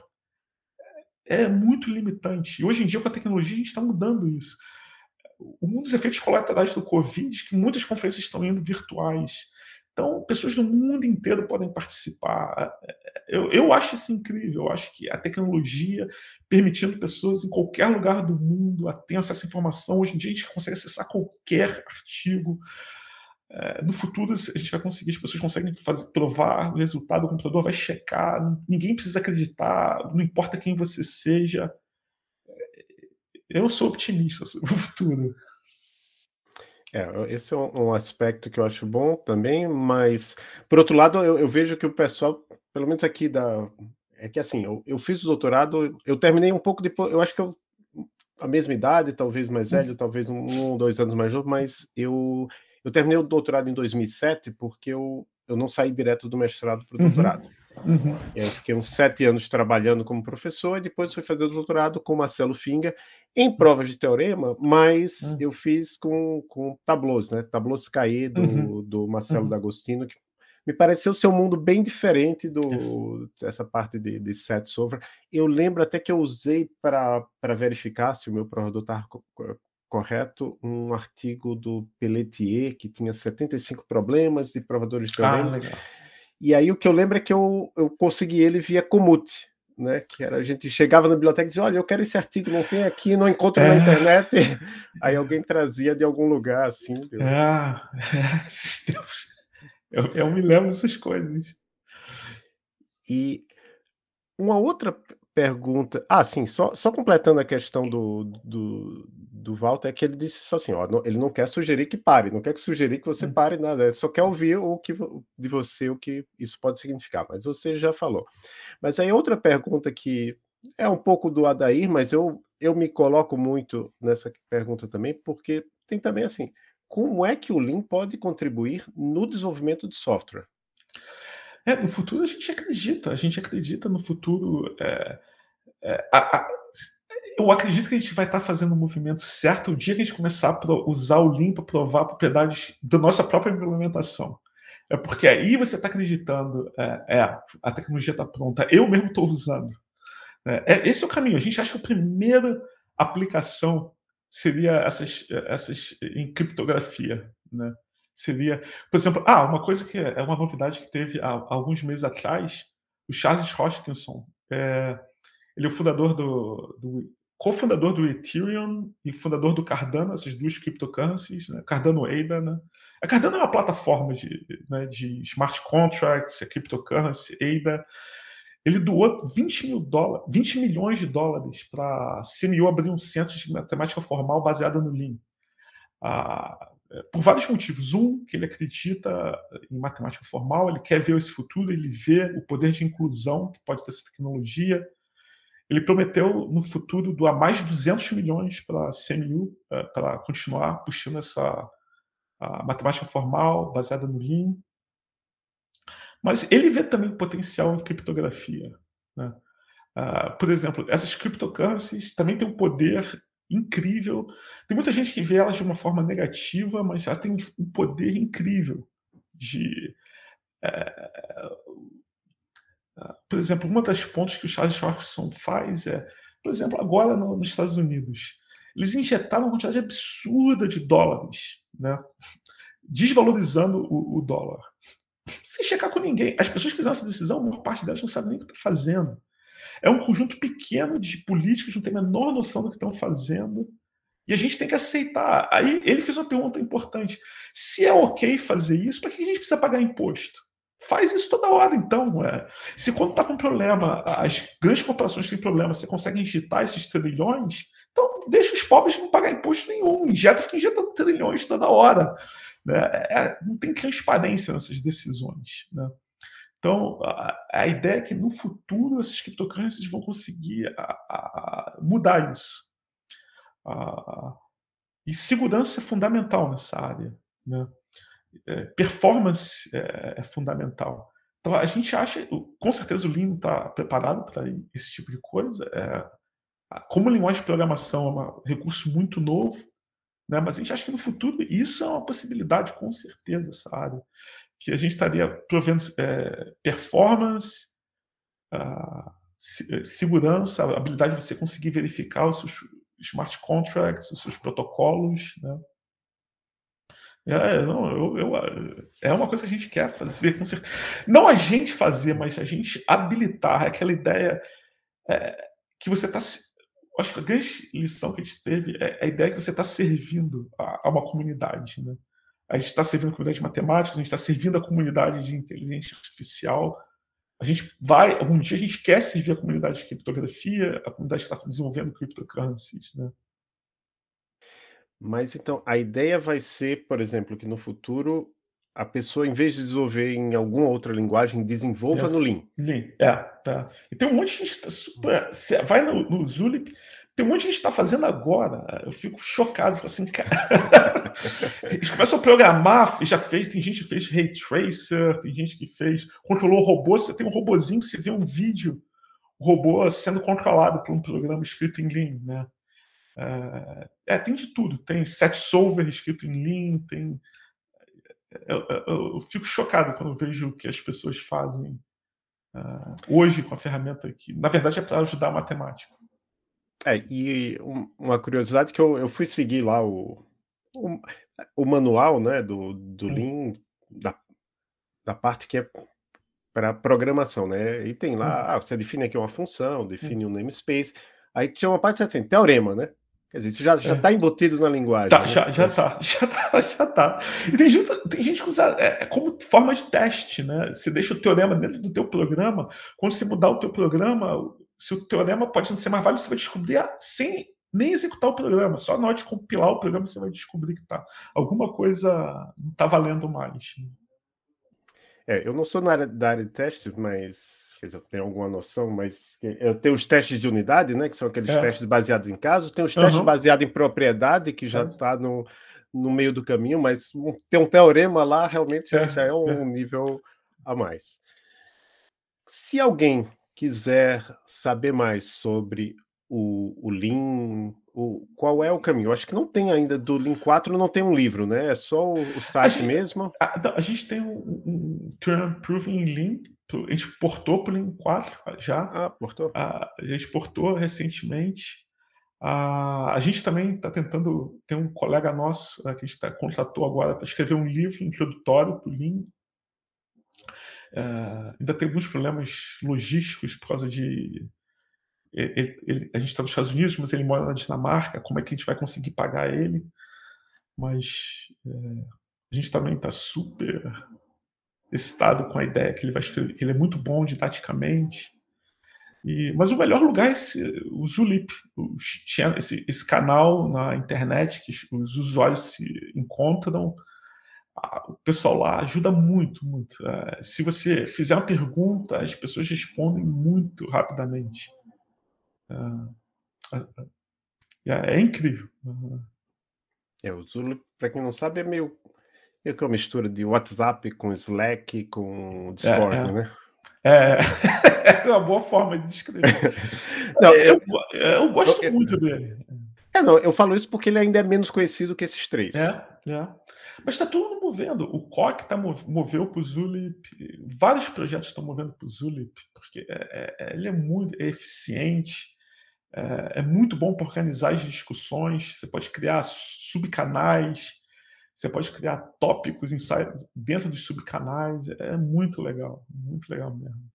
é muito limitante. E hoje em dia, com a tecnologia, a gente está mudando isso. Um dos efeitos colaterais do Covid é que muitas conferências estão indo virtuais. Então, pessoas do mundo inteiro podem participar. Eu, eu acho isso incrível. Eu acho que a tecnologia permitindo pessoas em qualquer lugar do mundo a ter acesso à informação. Hoje em dia, a gente consegue acessar qualquer artigo. É, no futuro, a gente vai conseguir, as pessoas conseguem fazer, provar o resultado, o computador vai checar, ninguém precisa acreditar, não importa quem você seja. Eu sou otimista sobre o futuro. É, esse é um, um aspecto que eu acho bom também, mas, por outro lado, eu, eu vejo que o pessoal, pelo menos aqui da. É que assim, eu, eu fiz o doutorado, eu terminei um pouco depois, eu acho que eu, a mesma idade, talvez mais velho, talvez um, um ou dois anos mais novo, mas eu, eu terminei o doutorado em dois mil e sete porque eu, eu não saí direto do mestrado para o Uhum, doutorado. uhum. E aí eu fiquei uns sete anos trabalhando como professor e depois fui fazer o doutorado com Marcelo Finger em provas de teorema, mas Hum, eu fiz com, com tableaus, né? Tableaus Caê uhum, do, do Marcelo uhum. D'Agostino, que me pareceu ser um mundo bem diferente Isso. do dessa parte de, de set solver. Eu lembro até que eu usei para verificar se o meu provador estava co correto, um artigo do Pelletier, que tinha setenta e cinco problemas de provadores de Ah, teoremas, legal. e aí o que eu lembro é que eu, eu consegui ele via Komoot, né? Que era, a gente chegava na biblioteca e dizia, olha, eu quero esse artigo, não tem aqui, não encontro na É, internet. Aí alguém trazia de algum lugar, assim. é, Deu. é, esses tempos. Eu, eu me lembro dessas coisas. E uma outra pergunta, ah, sim, só, só completando a questão do, do, do Walter, é que ele disse só assim, ó, não- ele não quer sugerir que pare, não quer que sugerir que você Hum, pare nada, ele só quer ouvir o que, vo- de você o que isso pode significar, mas você já falou. Mas aí outra pergunta que é um pouco do Adair, mas eu, eu me coloco muito nessa pergunta também, porque tem também assim, como é que o Lean pode contribuir no desenvolvimento de software? É, no futuro a gente acredita, a gente acredita no futuro. É, é, a- a- eu acredito que a gente vai estar fazendo o movimento certo o dia que a gente começar a pro- usar o Lean para provar propriedades da nossa própria implementação. É porque aí você está acreditando, é, é, a tecnologia está pronta, eu mesmo estou usando. É, é- esse é o caminho. A gente acha que a primeira aplicação seria essas, essas em criptografia, né? Seria, por exemplo, ah, uma coisa que é uma novidade que teve há, há alguns meses atrás, o Charles Hoskinson, é, ele é o fundador do, do cofundador do Ethereum e fundador do Cardano, essas duas cryptocurrencies, né? Cardano A D A, né? A Cardano é uma plataforma de, né, de smart contracts, é cryptocurrency, A D A. Ele doou vinte mil dólares, vinte milhões de dólares para a C M U abrir um centro de matemática formal baseado no Lean. Ah, por vários motivos. Um, que ele acredita em matemática formal, ele quer ver esse futuro, ele vê o poder de inclusão que pode ter essa tecnologia. Ele prometeu, no futuro, doar mais de duzentos milhões para a C M U, para continuar puxando essa a matemática formal, baseada no Lean. Mas ele vê também potencial em criptografia, né? Uh, por exemplo, essas cryptocurrencies também têm um poder incrível. Tem muita gente que vê elas de uma forma negativa, mas ela tem um, um poder incrível de... Uh, uh, por exemplo, uma das pontos que o Charles Schwartzman faz é, por exemplo, agora no, nos Estados Unidos, eles injetaram uma quantidade absurda de dólares, né, desvalorizando o, o dólar. Sem checar com ninguém. As pessoas que fizeram essa decisão, a maior parte delas não sabe nem o que está fazendo. É um conjunto pequeno de políticos que não tem a menor noção do que estão fazendo, e a gente tem que aceitar. Aí ele fez uma pergunta importante. Se é ok fazer isso, para que a gente precisa pagar imposto? Faz isso toda hora, então. É. Se quando está com problema, as grandes corporações têm problema, você consegue injetar esses trilhões, então deixa os pobres não pagar imposto nenhum. Injeta, fica injetando trilhões toda hora. Né? É, não tem transparência nessas decisões. Né? Então, a, a ideia é que no futuro essas criptocurrencies vão conseguir a, a mudar isso. A, e segurança é fundamental nessa área. Né? É, performance é, é fundamental. Então, a gente acha, com certeza o Lean está preparado para esse tipo de coisa. É, como linguagem de programação é um recurso muito novo, né? Mas a gente acha que no futuro isso é uma possibilidade, com certeza, essa área. Que a gente estaria provendo é, performance, uh, segurança, a habilidade de você conseguir verificar os seus smart contracts, os seus protocolos, né? É, não, eu, eu, é uma coisa que a gente quer fazer, com certeza. Não a gente fazer, mas a gente habilitar. É aquela ideia é, que você está... Acho que a grande lição que a gente teve é a ideia que você está servindo a, a uma comunidade, né? A gente está servindo a comunidade de matemática, a gente está servindo a comunidade de inteligência artificial. A gente vai, algum dia a gente quer servir a comunidade de criptografia, a comunidade está desenvolvendo cryptocurrencies, né? Mas então, a ideia vai ser, por exemplo, que no futuro a pessoa, em vez de desenvolver em alguma outra linguagem, desenvolva Yes. no Lean. Lean, é, tá. E tem um monte de gente tá super. Você vai no, no Zulip, tem um monte de gente que está fazendo agora. Eu fico chocado, falo assim, cara. Eles começam a programar, já fez, tem gente que fez Ray Tracer, tem gente que fez, controlou robô. Você tem um robozinho que você vê um vídeo, o robô sendo controlado por um programa escrito em Lean, né? É, é, tem de tudo. Tem set solver escrito em Lean, tem. Eu, eu, eu fico chocado quando vejo o que as pessoas fazem uh, hoje com a ferramenta que, na verdade, é para ajudar a matemática. É, e um, uma curiosidade que eu, eu fui seguir lá o, o, o manual, né, do, do Lean, da, da parte que é para programação, né? E tem lá, ah, você define aqui uma função, define um namespace. Aí tinha uma parte assim, teorema, né? Quer dizer, isso já já está embutido na linguagem. Tá, né? já, já tá, já tá, já tá. E tem gente, tem gente que usa é, como forma de teste, né? Você deixa o teorema dentro do teu programa, quando você mudar o teu programa, se o teorema pode não ser mais válido, você vai descobrir sem nem executar o programa, só na hora de compilar o programa você vai descobrir que tá, alguma coisa não tá valendo mais. É, eu não sou na área, da área de testes, mas quer dizer, eu tenho alguma noção, mas eu tenho os testes de unidade, né, que são aqueles É. testes baseados em casos, tem os testes Uhum. baseados em propriedade, que já está no, no meio do caminho, mas um, ter um teorema lá realmente já é, já é um é. nível a mais. Se alguém quiser saber mais sobre o, o Lean, o, qual é o caminho? Eu acho que não tem ainda, do Lean quatro não tem um livro, né? É só o, o site a gente, mesmo? A, a gente tem um, um Term Proving Lean, a gente portou para o Lean quatro já. Ah, portou? A, a gente portou recentemente. A, a gente também está tentando, tem um colega nosso né, que a gente tá, contratou agora para escrever um livro introdutório para o Lean. Uh, ainda tem alguns problemas logísticos por causa de ele, ele, a gente está nos Estados Unidos, mas ele mora na Dinamarca, como é que a gente vai conseguir pagar ele? Mas é, a gente também está super excitado com a ideia que ele vai escrever, que ele é muito bom didaticamente. E, mas o melhor lugar é esse, o Zulip, o, esse, esse canal na internet que os usuários se encontram. O pessoal lá ajuda muito, muito. Se você fizer uma pergunta, as pessoas respondem muito rapidamente. É, é incrível. É, o Zulip, para quem não sabe, é meio, meio que uma mistura de WhatsApp com Slack com Discord, é, é. né? É, é uma boa forma de descrever. Não, eu, eu, eu gosto eu, muito dele. É, não, eu falo isso porque ele ainda é menos conhecido que esses três. É, é. Mas está todo mundo movendo. O Koch tá, moveu para o Zulip, vários projetos estão movendo para o Zulip, porque é, é, ele é muito é eficiente, é, é muito bom para organizar as discussões, você pode criar subcanais, você pode criar tópicos inside, dentro dos subcanais, é muito legal, muito legal mesmo.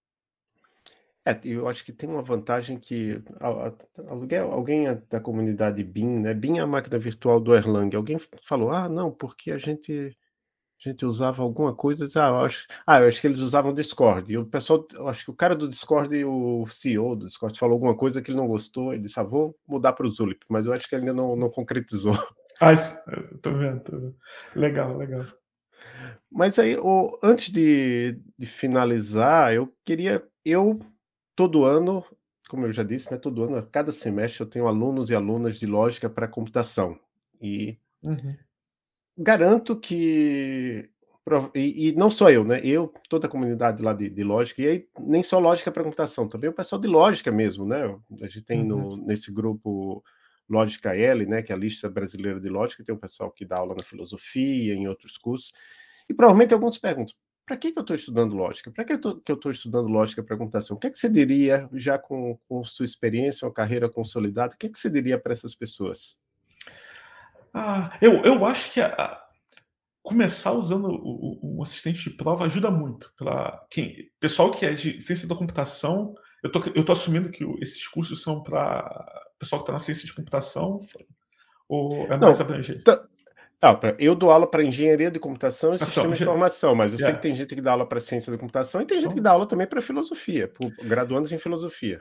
É, eu acho que tem uma vantagem que alguém, alguém da comunidade Bean, né? Bean é a máquina virtual do Erlang. Alguém falou, ah, não, porque a gente a gente usava alguma coisa, ah, eu acho, ah, eu acho que eles usavam Discord. E o pessoal, eu acho que o cara do Discord e o C E O do Discord falou alguma coisa que ele não gostou, ele disse, ah, vou mudar para o Zulip, mas eu acho que ainda não, não concretizou. Ah, isso, tô vendo, tô vendo. Legal, legal. Mas aí, o, antes de, de finalizar, eu queria, eu todo ano, como eu já disse, né, todo ano, a cada semestre eu tenho alunos e alunas de lógica para computação. E uhum. garanto que e, e não só eu, né? Eu, toda a comunidade lá de, de lógica, e aí nem só lógica para computação, também o pessoal de lógica mesmo, né? A gente tem no, uhum. nesse grupo Lógica L, né? Que é a lista brasileira de lógica, tem um pessoal que dá aula na filosofia, em outros cursos, e provavelmente alguns perguntam: para que, que eu estou estudando lógica? Para que, que eu estou estudando lógica para computação? O que é que você diria, já com, com sua experiência, uma carreira consolidada, o que é que você diria para essas pessoas? Ah, eu, eu acho que a, começar usando o, o, o assistente de prova ajuda muito. Para quem, pessoal que é de ciência da computação, eu tô, eu tô assumindo que esses cursos são para pessoal que está na ciência de computação, ou é mais Não, abrangente? tá, tá, pra, eu dou aula para engenharia de computação e sistema de já, informação, mas eu yeah. sei que tem gente que dá aula para ciência da computação e tem gente então, que dá aula também para filosofia, por graduandos em filosofia.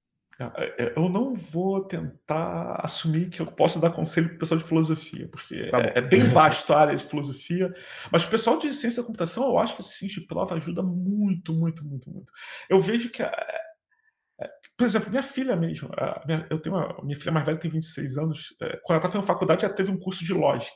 Eu não vou tentar assumir que eu posso dar conselho para o pessoal de filosofia, porque tá é, é bem vasto a área de filosofia, mas o pessoal de ciência da computação, eu acho que esse ciência de prova ajuda muito, muito, muito, muito. Eu vejo que, por exemplo, minha filha mesmo, minha, eu tenho uma, minha filha mais velha tem vinte e seis anos, quando ela estava fazendo faculdade, já teve um curso de lógica.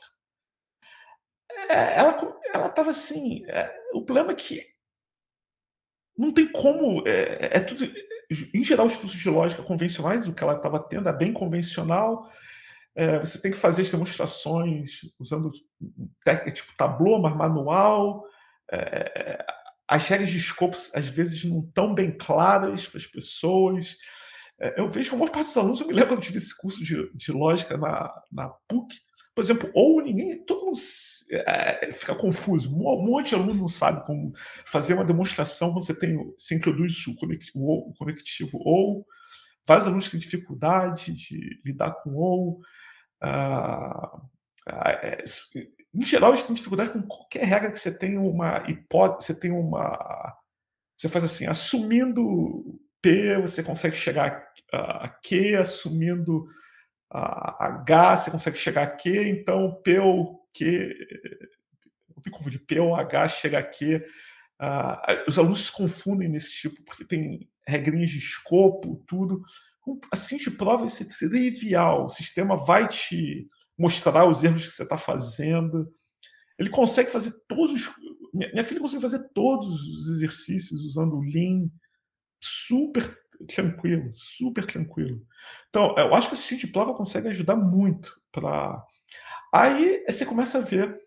Ela estava assim, o problema é que não tem como, é, é tudo... Em geral, os cursos de lógica convencionais, o que ela estava tendo é bem convencional. É, você tem que fazer as demonstrações usando técnica tipo Tableau, mas manual. É, as regras de escopo, às vezes, não estão bem claras para as pessoas. É, eu vejo que a maior parte dos alunos, eu me lembro quando eu tive esse curso de, de lógica na, na P U C, por exemplo, ou ninguém, todo mundo é, fica confuso. Um monte de aluno não sabe como fazer uma demonstração quando você tem, se introduz o conectivo, o conectivo ou. Vários alunos têm dificuldade de lidar com ou. Ah, é, em geral, eles têm dificuldade com qualquer regra que você tenha uma hipótese, você tem uma. Você faz assim, assumindo P, você consegue chegar a Q, assumindo a H, você consegue chegar a Q, então P ou Q, eu me confundi, P ou H chega a Q. Uh, os alunos se confundem nesse tipo, porque tem regrinhas de escopo, tudo. Assim de prova vai ser trivial, o sistema vai te mostrar os erros que você está fazendo. Ele consegue fazer todos os... Minha filha consegue fazer todos os exercícios usando o Lean, super tranquilo, super tranquilo. Então, eu acho que o assistente de prova consegue ajudar muito para... Aí você começa a ver,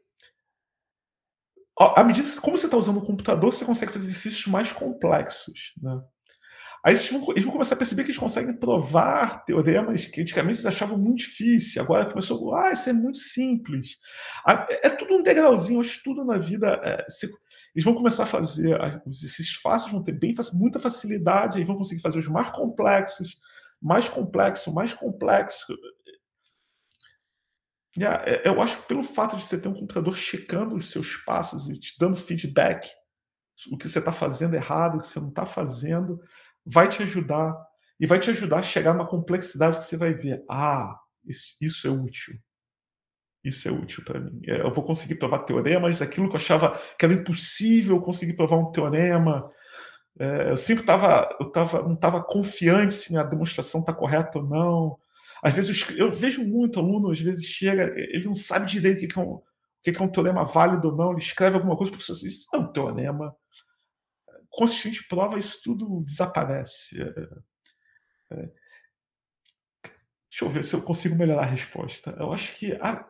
à medida como você está usando o computador, você consegue fazer exercícios mais complexos, né? Aí eles vão, eles vão começar a perceber que eles conseguem provar teoremas que antigamente eles achavam muito difícil. Agora começou, ah, isso é muito simples. É tudo um degrauzinho, eu acho tudo na vida. É, se, eles vão começar a fazer a os exercícios fáceis, vão ter bem faci muita facilidade, aí vão conseguir fazer os mais complexos, mais complexo, mais complexo. E a eh, eu acho que pelo fato de você ter um computador checando os seus passos e te dando feedback, o que você está fazendo errado, o que você não está fazendo, vai te ajudar, e vai te ajudar a chegar numa complexidade que você vai ver: "Ah, isso isso é útil. Isso é útil para mim. Eh, eu vou conseguir provar teoremas, aquilo que eu achava que era impossível eu conseguir provar um teorema". Eh, eu sempre estava eu estava não estava confiante se minha demonstração está correta ou não. Às vezes eu escre eu vejo muito aluno, às vezes chega, e ele não sabe direito o que que é um o que que é um teorema válido ou não, ele escreve alguma coisa, o professor diz: "Isso não é um teorema". Com o assistente de prova isso tudo desaparece. Eh eh, deixa eu ver se eu consigo melhorar a resposta. Eu acho que a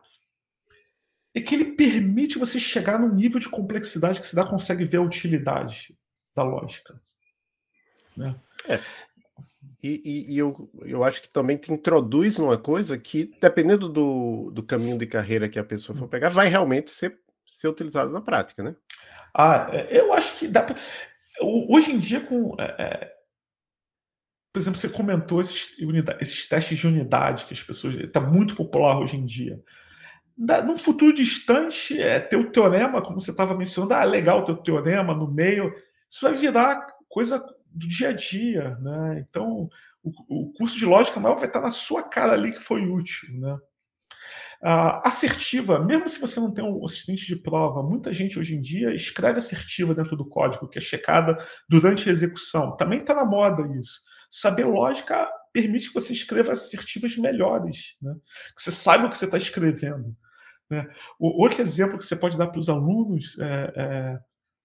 é que ele permite você chegar num nível de complexidade que você já consegue ver a utilidade da lógica, né. É, e e e eu eu acho que também te introduz numa coisa que, dependendo do do caminho de carreira que a pessoa for Hum. pegar, vai realmente ser ser utilizado na prática, né. Ah, eh, eu acho que dá pra ho hoje em dia com, eh eh, por exemplo, você comentou esses unida esses testes de unidade que as pessoas está muito popular hoje em dia. Da num futuro distante, eh, ter o teorema, como você estava mencionando, "Ah, legal ter o teorema no meio", isso vai virar coisa do dia a dia, né. Então, o o curso de lógica nova vai estar na sua cara ali que foi útil, né. Ah, assertiva, mesmo se você não tem um assistente de prova, muita gente hoje em dia escreve assertiva dentro do código, que é checada durante a execução. Também está na moda isso. Saber lógica permite que você escreva assertivas melhores, né, que você saiba o que você está escrevendo, né. O outro exemplo que você pode dar para os alunos, eh eh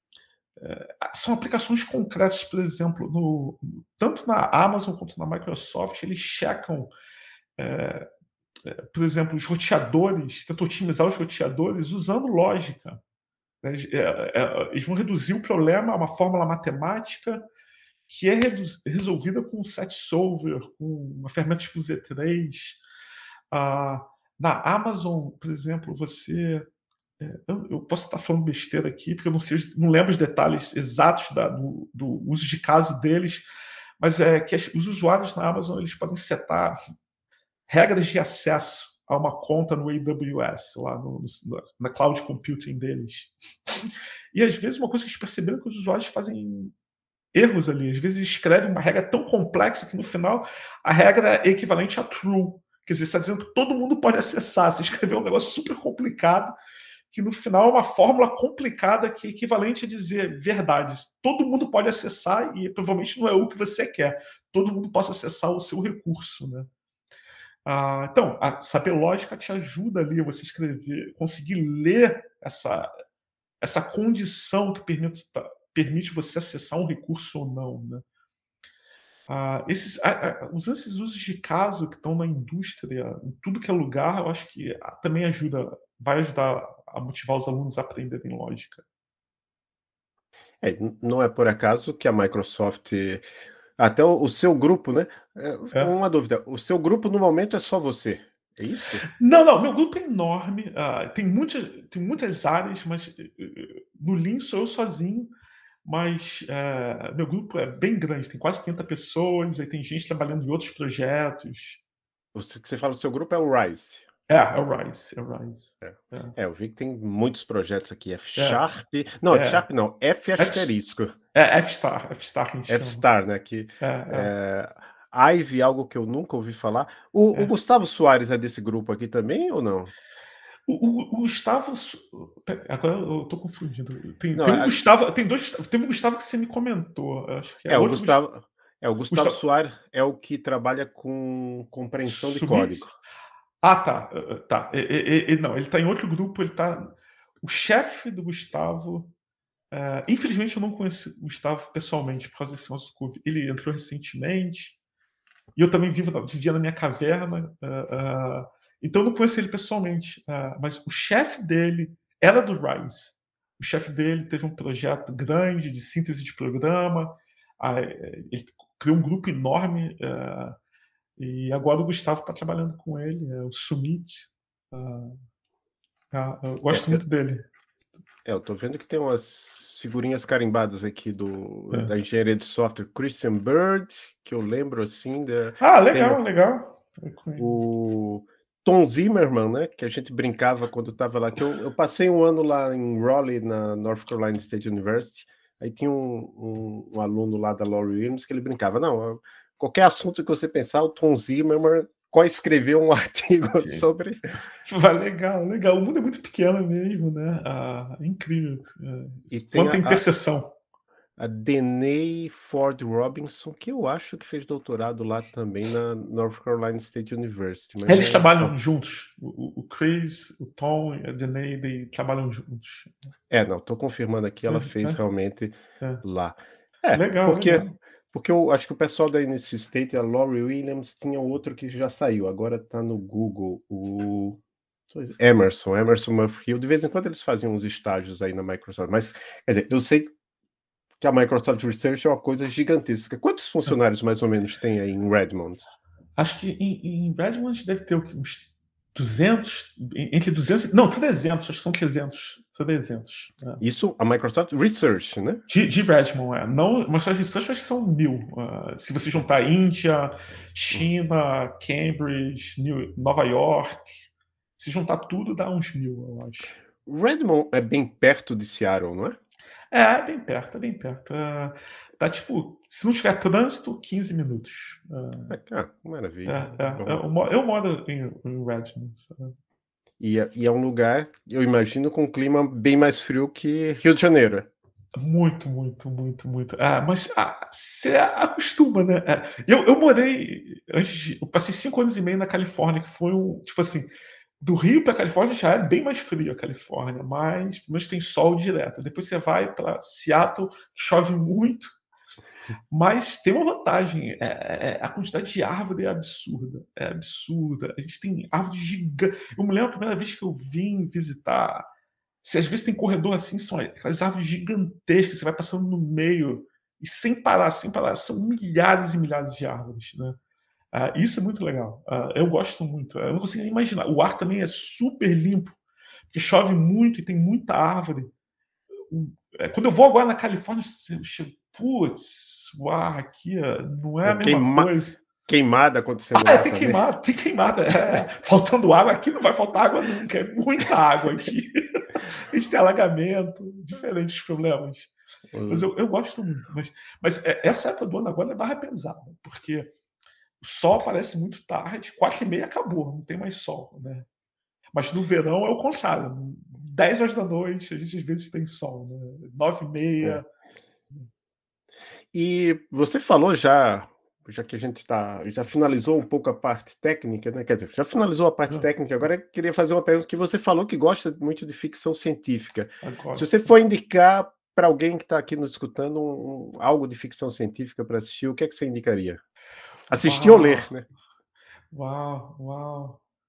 eh, são aplicações concretas, por exemplo, no tanto na Amazon quanto na Microsoft, eles checam, eh eh, por exemplo, os roteadores, tentam otimizar os roteadores usando lógica, né. Eles eh eh, eles vão reduzir o problema a uma fórmula matemática que é reduz resolvida com um set solver, com uma ferramenta tipo Z três. Ah, na Amazon, por exemplo, você eh, eu eu posso estar falando besteira aqui, porque eu não sei os não lembro os detalhes exatos da do do uso de caso deles, mas é que as os usuários na Amazon, eles podem setar regras de acesso a uma conta no A W S, lá no no na cloud computing deles. E às vezes uma coisa que eles perceberam é que os usuários fazem erros ali, às vezes escrevem uma regra tão complexa que no final a regra é equivalente a true. Quer dizer, você está dizendo que todo mundo pode acessar, você escreveu um negócio super complicado, que no final é uma fórmula complicada que é equivalente a dizer verdades. Todo mundo pode acessar e provavelmente não é o que você quer. Todo mundo possa acessar o seu recurso, né. Ah, então, a saber lógica te ajuda ali a você escrever, conseguir ler essa essa condição que permite ta permite você acessar um recurso ou não, né. Ah, esses a a usando esses usos de caso que estão na indústria, em tudo que é lugar, eu acho que a também ajuda vai ajudar a motivar os alunos a aprenderem lógica. É, n não é por acaso que a Microsoft até o o seu grupo, né, eh, É. uma dúvida, o seu grupo no momento é só você, é isso? Não, não, meu grupo é enorme, ah, tem muitas tem muitas áreas, mas, eh eh, no Lean sou eu sozinho, mas, eh, meu grupo é bem grande, tem quase quinhentas pessoas, aí tem gente trabalhando em outros projetos. Você que você fala o seu grupo é o Rise. É, é o Rise, é o Rise. É. É, É, eu vi que tem muitos projetos aqui, é, F-sharp não, é. F-sharp não, F F asterisco, é, F-star, F-star que a gente chama. F-star, né, que, É, é. eh, Ivy, algo que eu nunca ouvi falar. O o É. Gustavo Soares é desse grupo aqui também ou não? O o o Gustavo Su pe agora eu tô confundindo. Tem Não, tem um é Gustavo tem dois teve um Gustavo que você me comentou, eu acho que é é o outro Gus Gustavo é o Gustavo Gustavo Soares é o que trabalha com compreensão de Summit? código. Ah, tá, hã hã, tá. E e e não, ele tá em outro grupo, ele tá o chefe do Gustavo, eh, infelizmente eu não conheci o Gustavo pessoalmente por causa desse nosso Covid. Ele entrou recentemente, e eu também vivo na vivia na minha caverna, hã hã, então eu não conheço ele pessoalmente, hã, mas o chefe dele era do Rise. O chefe dele teve um projeto grande de síntese de programa, aí, eh, ele criou um grupo enorme, hã, e agora o Gustavo está trabalhando com ele, é o Sumit, hã, ah, eu É, gosto eu muito dele. é, eu tô vendo que tem umas as figurinhas carimbadas aqui do É. da engenharia de software, Christian Bird, que eu lembro, assim, da Ah, tem legal, legal. Eu conhe o Tom Zimmerman, né, que a gente brincava quando estava lá, que eu eu passei um ano lá em Raleigh, na North Carolina State University, aí tinha um um um aluno lá da Lawrence Williams que ele brincava: "Não, qualquer assunto que você pensar, o Tom Zimmerman coescreveu um artigo Sim. sobre". Vai, legal, legal. O mundo é muito pequeno mesmo, né. Ah, incrível, eh, E tem a quanta a interseção. a Deney Ford Robinson, que eu acho que fez doutorado lá também na North Carolina State University, mas Eles é trabalham bom, juntos. O o o Chris, o Tom e a Danae, trabalham juntos. é, não, estou confirmando aqui, É, ela fez realmente é, é. lá. É, Legal, porque legal. porque eu acho que o pessoal da N C State, a Lori Williams, tinha outro que já saiu, agora está no Google, o Emerson, Emerson Murphy. De vez em quando eles faziam uns estágios aí na Microsoft, mas, quer dizer, eu sei que a Microsoft Research é uma coisa gigantesca. Quantos É. funcionários mais ou menos tem aí em Redmond? Acho que em em Redmond deve ter o quê? Uns duzentos, en entre duzentos e não, trezentos, acho que são trezentos, trezentos, é. Isso a Microsoft Research, né? De de Redmond, é. Não, mas as research acho que são mil. Ah, se você juntar Índia, Hum. China, Cambridge, New Nova York, se juntar tudo dá uns mil, eu acho. Redmond é bem perto de Seattle, não é? É, é bem perto, é bem perto. Ah, dá tipo, se não tiver trânsito, quinze minutos. Ah, Ah, ah, é, maravilha. é, é, Bom, eu mo eu moro em em Redmond. e é e é um lugar, eu imagino, com um clima bem mais frio que Rio de Janeiro. Muito, muito, muito, muito. Ah, mas, ah, você acostuma, né. Eh, eu eu morei antes de eu passei cinco anos e meio na Califórnia, que foi um tipo assim, do Rio pra Califórnia já é bem mais frio a Califórnia, mas pelo menos tem sol direto. Depois você vai pra Seattle, chove muito, mas tem uma vantagem, eh eh, a quantidade de árvore é absurda, é absurda. A gente tem árvore gigan eu me lembro a primeira vez que eu vim visitar, se às vezes tem corredor assim, são aquelas árvores gigantescas, você vai passando no meio e sem parar, sem parar, são milhares e milhares de árvores, né. Ah, isso é muito legal. Ah, eu gosto muito. Eu não consigo nem imaginar. O ar também é super limpo, porque chove muito e tem muita árvore. O eh, quando eu vou agora na Califórnia, eu chego: "Putz, o ar aqui, ó, não é a Uma mesma queima coisa". queimada acontecendo Ah, é, lá tem também. queimada, tem queimada. É, faltando água, aqui não vai faltar água nunca, é muita água aqui. A gente tem alagamento, diferentes problemas. Mas Hum, eu eu gosto muito, mas mas, eh, essa época do ano agora é barra pesada, porque o sol aparece muito tarde, quatro e meia acabou, não tem mais sol, né. Mas no verão é o contrário, dez horas da noite a gente às vezes tem sol, né, nove e é. meia. E você falou já, já que a gente está já finalizou um pouco a parte técnica, né, quer dizer, já finalizou a parte Hã, técnica, agora eu queria fazer uma pergunta, que você falou que gosta muito de ficção científica. Se agora. você for indicar para alguém que está aqui nos escutando um um algo de ficção científica para assistir, o que é que você indicaria? Assistir ou Uau, ler, né? uau, uau.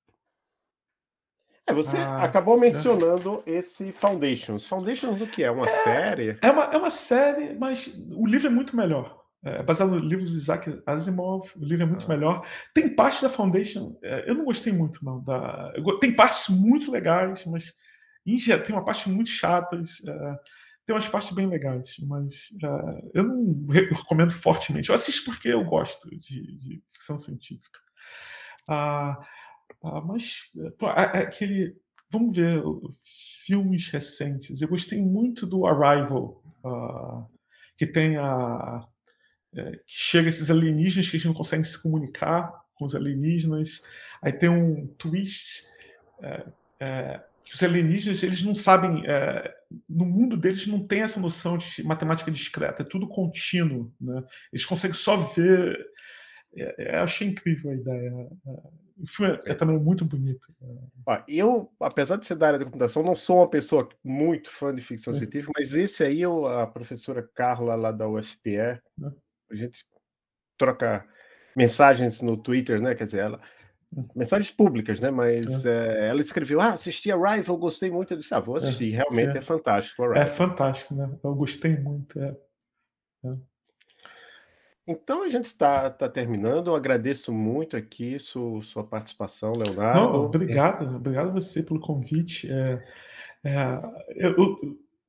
É, você Ah, acabou é. mencionando esse Foundations. Foundations o que é? Uma série? É uma é uma série, mas o livro é muito melhor. É baseado no livro de Isaac Asimov, o livro é muito Ah, melhor. Tem parte da Foundation, eh, eu não gostei muito não da eu go tem partes muito legais, mas em ge tem uma parte muito chatas, eh, tem umas partes bem legais, mas, eh, eu não re recomendo fortemente. Eu assisto porque eu gosto de de ficção científica. Ah, ah, mas, eh, pô, a a aquele vamos ver o filmes recentes. Eu gostei muito do Arrival, ah, que tem a eh, que chega esses alienígenas que a gente não consegue se comunicar com os alienígenas. Aí tem um twist, eh eh, que os alienígenas eles não sabem, eh, no mundo deles não tem essa noção de matemática discreta, é tudo contínuo, né. Eles conseguem só ver, eh eh, eu achei incrível a ideia. Eh, o filme é é ok. também muito bonito. Ó, eu, apesar de ser da área da computação, não sou uma pessoa muito fã de ficção É, científica, mas esse aí eu a professora Carla, lá da U F P E, né. a gente troca mensagens no Twitter, né, quer dizer, ela mensagens públicas, né, mas, É, eh, ela escreveu: "Ah, assisti Arrival, gostei muito", eu disse: "Ah, vou é, assistir", realmente é sim. fantástico É Arrival. fantástico, né. Eu gostei muito, é, é. Então a gente está tá terminando, eu agradeço muito aqui su sua participação, Não, Leonardo. obrigado, obrigado você pelo convite. Eh eh, eu eu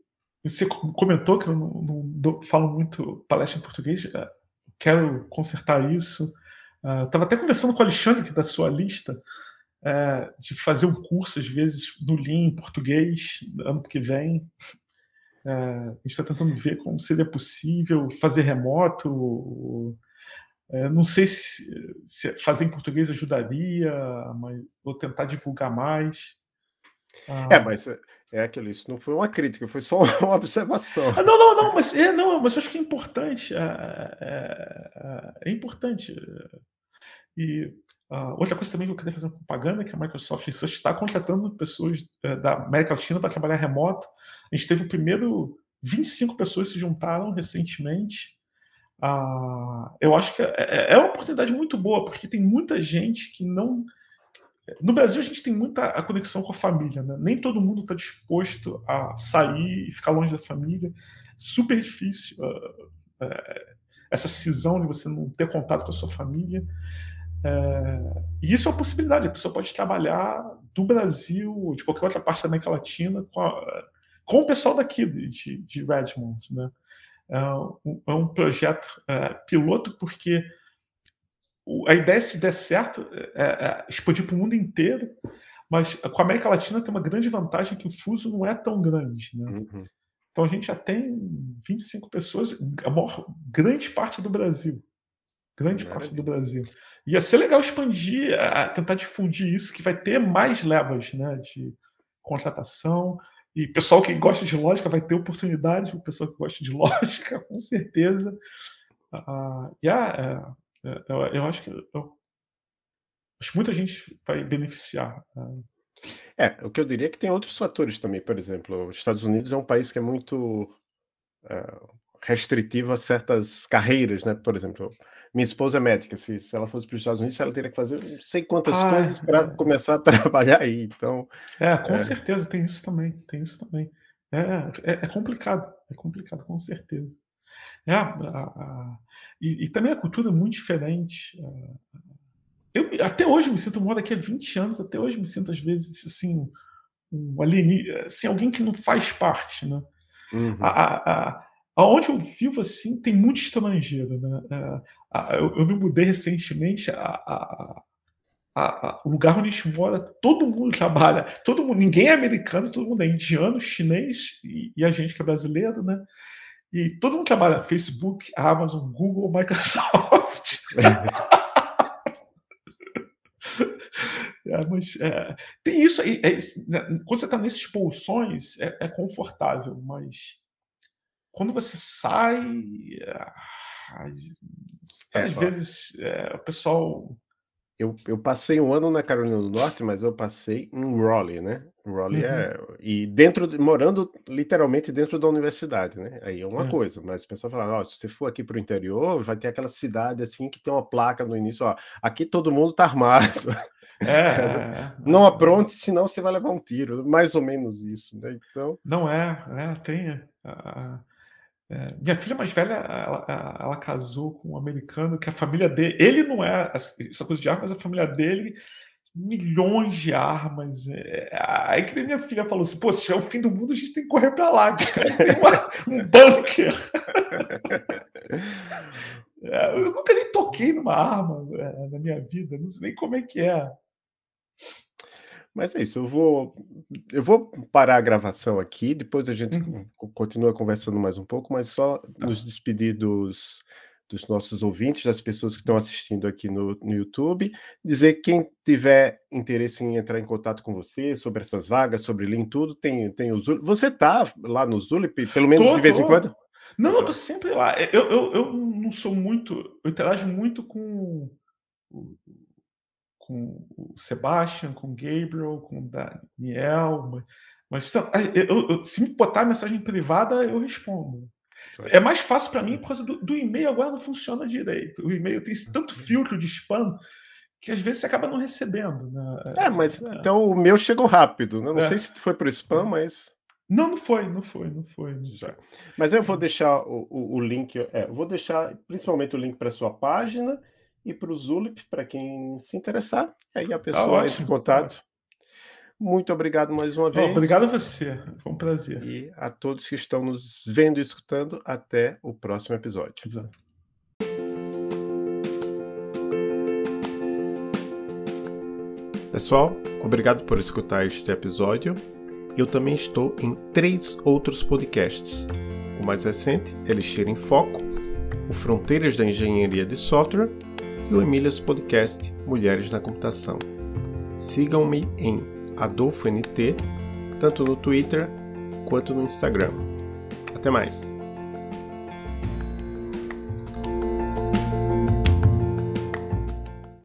você comentou que eu não, não dou, falo muito palestra em português, é, quero consertar isso. Estava uh, até conversando com o Alexandre, que é da sua lista, é, de fazer um curso, às vezes, no Lean em português, ano que vem. É, a gente está tentando ver como seria possível fazer remoto. É, não sei se, se fazer em português ajudaria, mas vou tentar divulgar mais. É, Ah, mas é, é aquilo, isso não foi uma crítica, foi só uma observação. ah, não, não, não, mas é, não, mas eu acho que é importante. É, é, é importante. E ah, outra coisa também que eu queria fazer uma propaganda, é que a Microsoft Research está contratando pessoas eh, da América Latina para trabalhar remoto. A gente teve o primeiro, vinte e cinco pessoas se juntaram recentemente. Ah, eu acho que é, é- é uma oportunidade muito boa, porque tem muita gente que não. No Brasil, a gente tem muita a conexão com a família, né? Nem todo mundo está disposto a sair e ficar longe da família. Super difícil ah, eh, essa cisão de você não ter contato com a sua família. É, e isso é uma possibilidade, a pessoa pode trabalhar do Brasil, ou de qualquer outra parte da América Latina, com, a- com o pessoal daqui de, de Redmond, né? É um, é um projeto é, piloto, porque o- a ideia, se der certo, é, é expandir para o mundo inteiro, mas com a América Latina tem uma grande vantagem, que o fuso não é tão grande, né? Uhum. Então a gente já tem vinte e cinco pessoas, a maior, grande parte do Brasil. Grande parte do Maravilha. Brasil. Ia ser legal expandir, a tentar difundir isso, que vai ter mais levas, né, de contratação, e pessoal que gosta de lógica vai ter oportunidade, o pessoal que gosta de lógica, com certeza. Ah, e ah, é, é, eu eu acho que eu acho que muita gente vai beneficiar. Ah, É, o que eu diria é que tem outros fatores também, por exemplo, os Estados Unidos é um país que é muito eh, restritivo a certas carreiras, né? Por exemplo, minha esposa é médica, se, se ela fosse para os Estados Unidos, ela teria que fazer não sei quantas coisas ah, para começar a trabalhar aí. Então, é, é, com é, certeza, tem isso também, tem isso também. É, é, é complicado, é complicado, com certeza. É, a a e e também a cultura é muito diferente. Eu até hoje me sinto, eu moro aqui há vinte anos, até hoje me sinto às vezes, assim, um alieni assim, alguém que não faz parte, né. A uhum, a a aonde eu vivo, assim, tem muito estrangeiro, né. Eh, a eu eu me mudei recentemente, a a a a o lugar onde a gente mora, todo mundo trabalha, todo mundo, ninguém é americano, todo mundo é indiano, chinês e e a gente que é brasileiro, né. E todo mundo trabalha Facebook, Amazon, Google, Microsoft. É, mas, é, tem isso aí, é isso, né, quando você está nesses bolsões, é é confortável, mas quando você sai, ah, é, às ó, vezes, eh, o pessoal eu, eu passei um ano na Carolina do Norte, mas eu passei em Raleigh, né? Raleigh uhum, é e dentro de- morando literalmente dentro da universidade, né? Aí é uma é, coisa, mas o pessoal fala, ó, se você for aqui para o interior, vai ter aquela cidade assim que tem uma placa no início, ó, aqui todo mundo tá armado. é, é, Não não, é, apronte, senão você vai levar um tiro, mais ou menos isso, né? Então, não é, é, tem, a a eh, minha filha mais velha, ela ela ela casou com um americano que a família dele, ele não é, assim, essa coisa de armas, mas a família dele, milhões de armas. É, aí que nem minha filha falou assim: "Pô, se tiver o fim do mundo, a gente tem que correr pra lá, que os caras têm uma um bunker". É, eu nunca nem toquei numa arma, eh, na minha vida, não sei nem como é que é. mas é isso, eu vou eu vou parar a gravação aqui, depois a gente Uhum, co co continua conversando mais um pouco, mas só nos tá. despedir dos dos nossos ouvintes, das pessoas que estão assistindo aqui no no YouTube, dizer que quem tiver interesse em entrar em contato com você sobre essas vagas, sobre Lean tudo, tem tem o Zulip, você tá lá no Zulip, pelo menos de Tô, vez em tô. quando? Não, eu tô Aham. sempre lá. Eu eu eu não sou muito, eu interajo muito com o com o Sebastian, com o Gabriel, com o Daniel, mas mas são, ai, eu eu se me botar mensagem privada, eu respondo. É mais fácil para mim por causa do do e-mail, agora não funciona direito. O e-mail tem esse tanto filtro de spam, que às vezes você acaba não recebendo, né. É, mas então o meu chegou rápido, né, não É, sei é, se foi pro spam, é. mas Não, não foi, não foi, não foi, não sei. já. Mas eu vou deixar o o o link, é, eu vou deixar principalmente o link para sua página e para o Zulip, para quem se interessar, aí a Tá pessoa entra em ótimo, tá contato. ótimo. muito obrigado mais uma Oh, vez. obrigado a você, foi um prazer. E a todos que estão nos vendo e escutando, até o próximo episódio. Exato. Pessoal, obrigado por escutar este episódio. Eu também estou em três outros podcasts. O mais recente, Elixir em Foco, o Fronteiras da Engenharia de Software e o Emílias Podcast Mulheres na Computação. Sigam-me em Adolfo N T, tanto no Twitter quanto no Instagram. Até mais!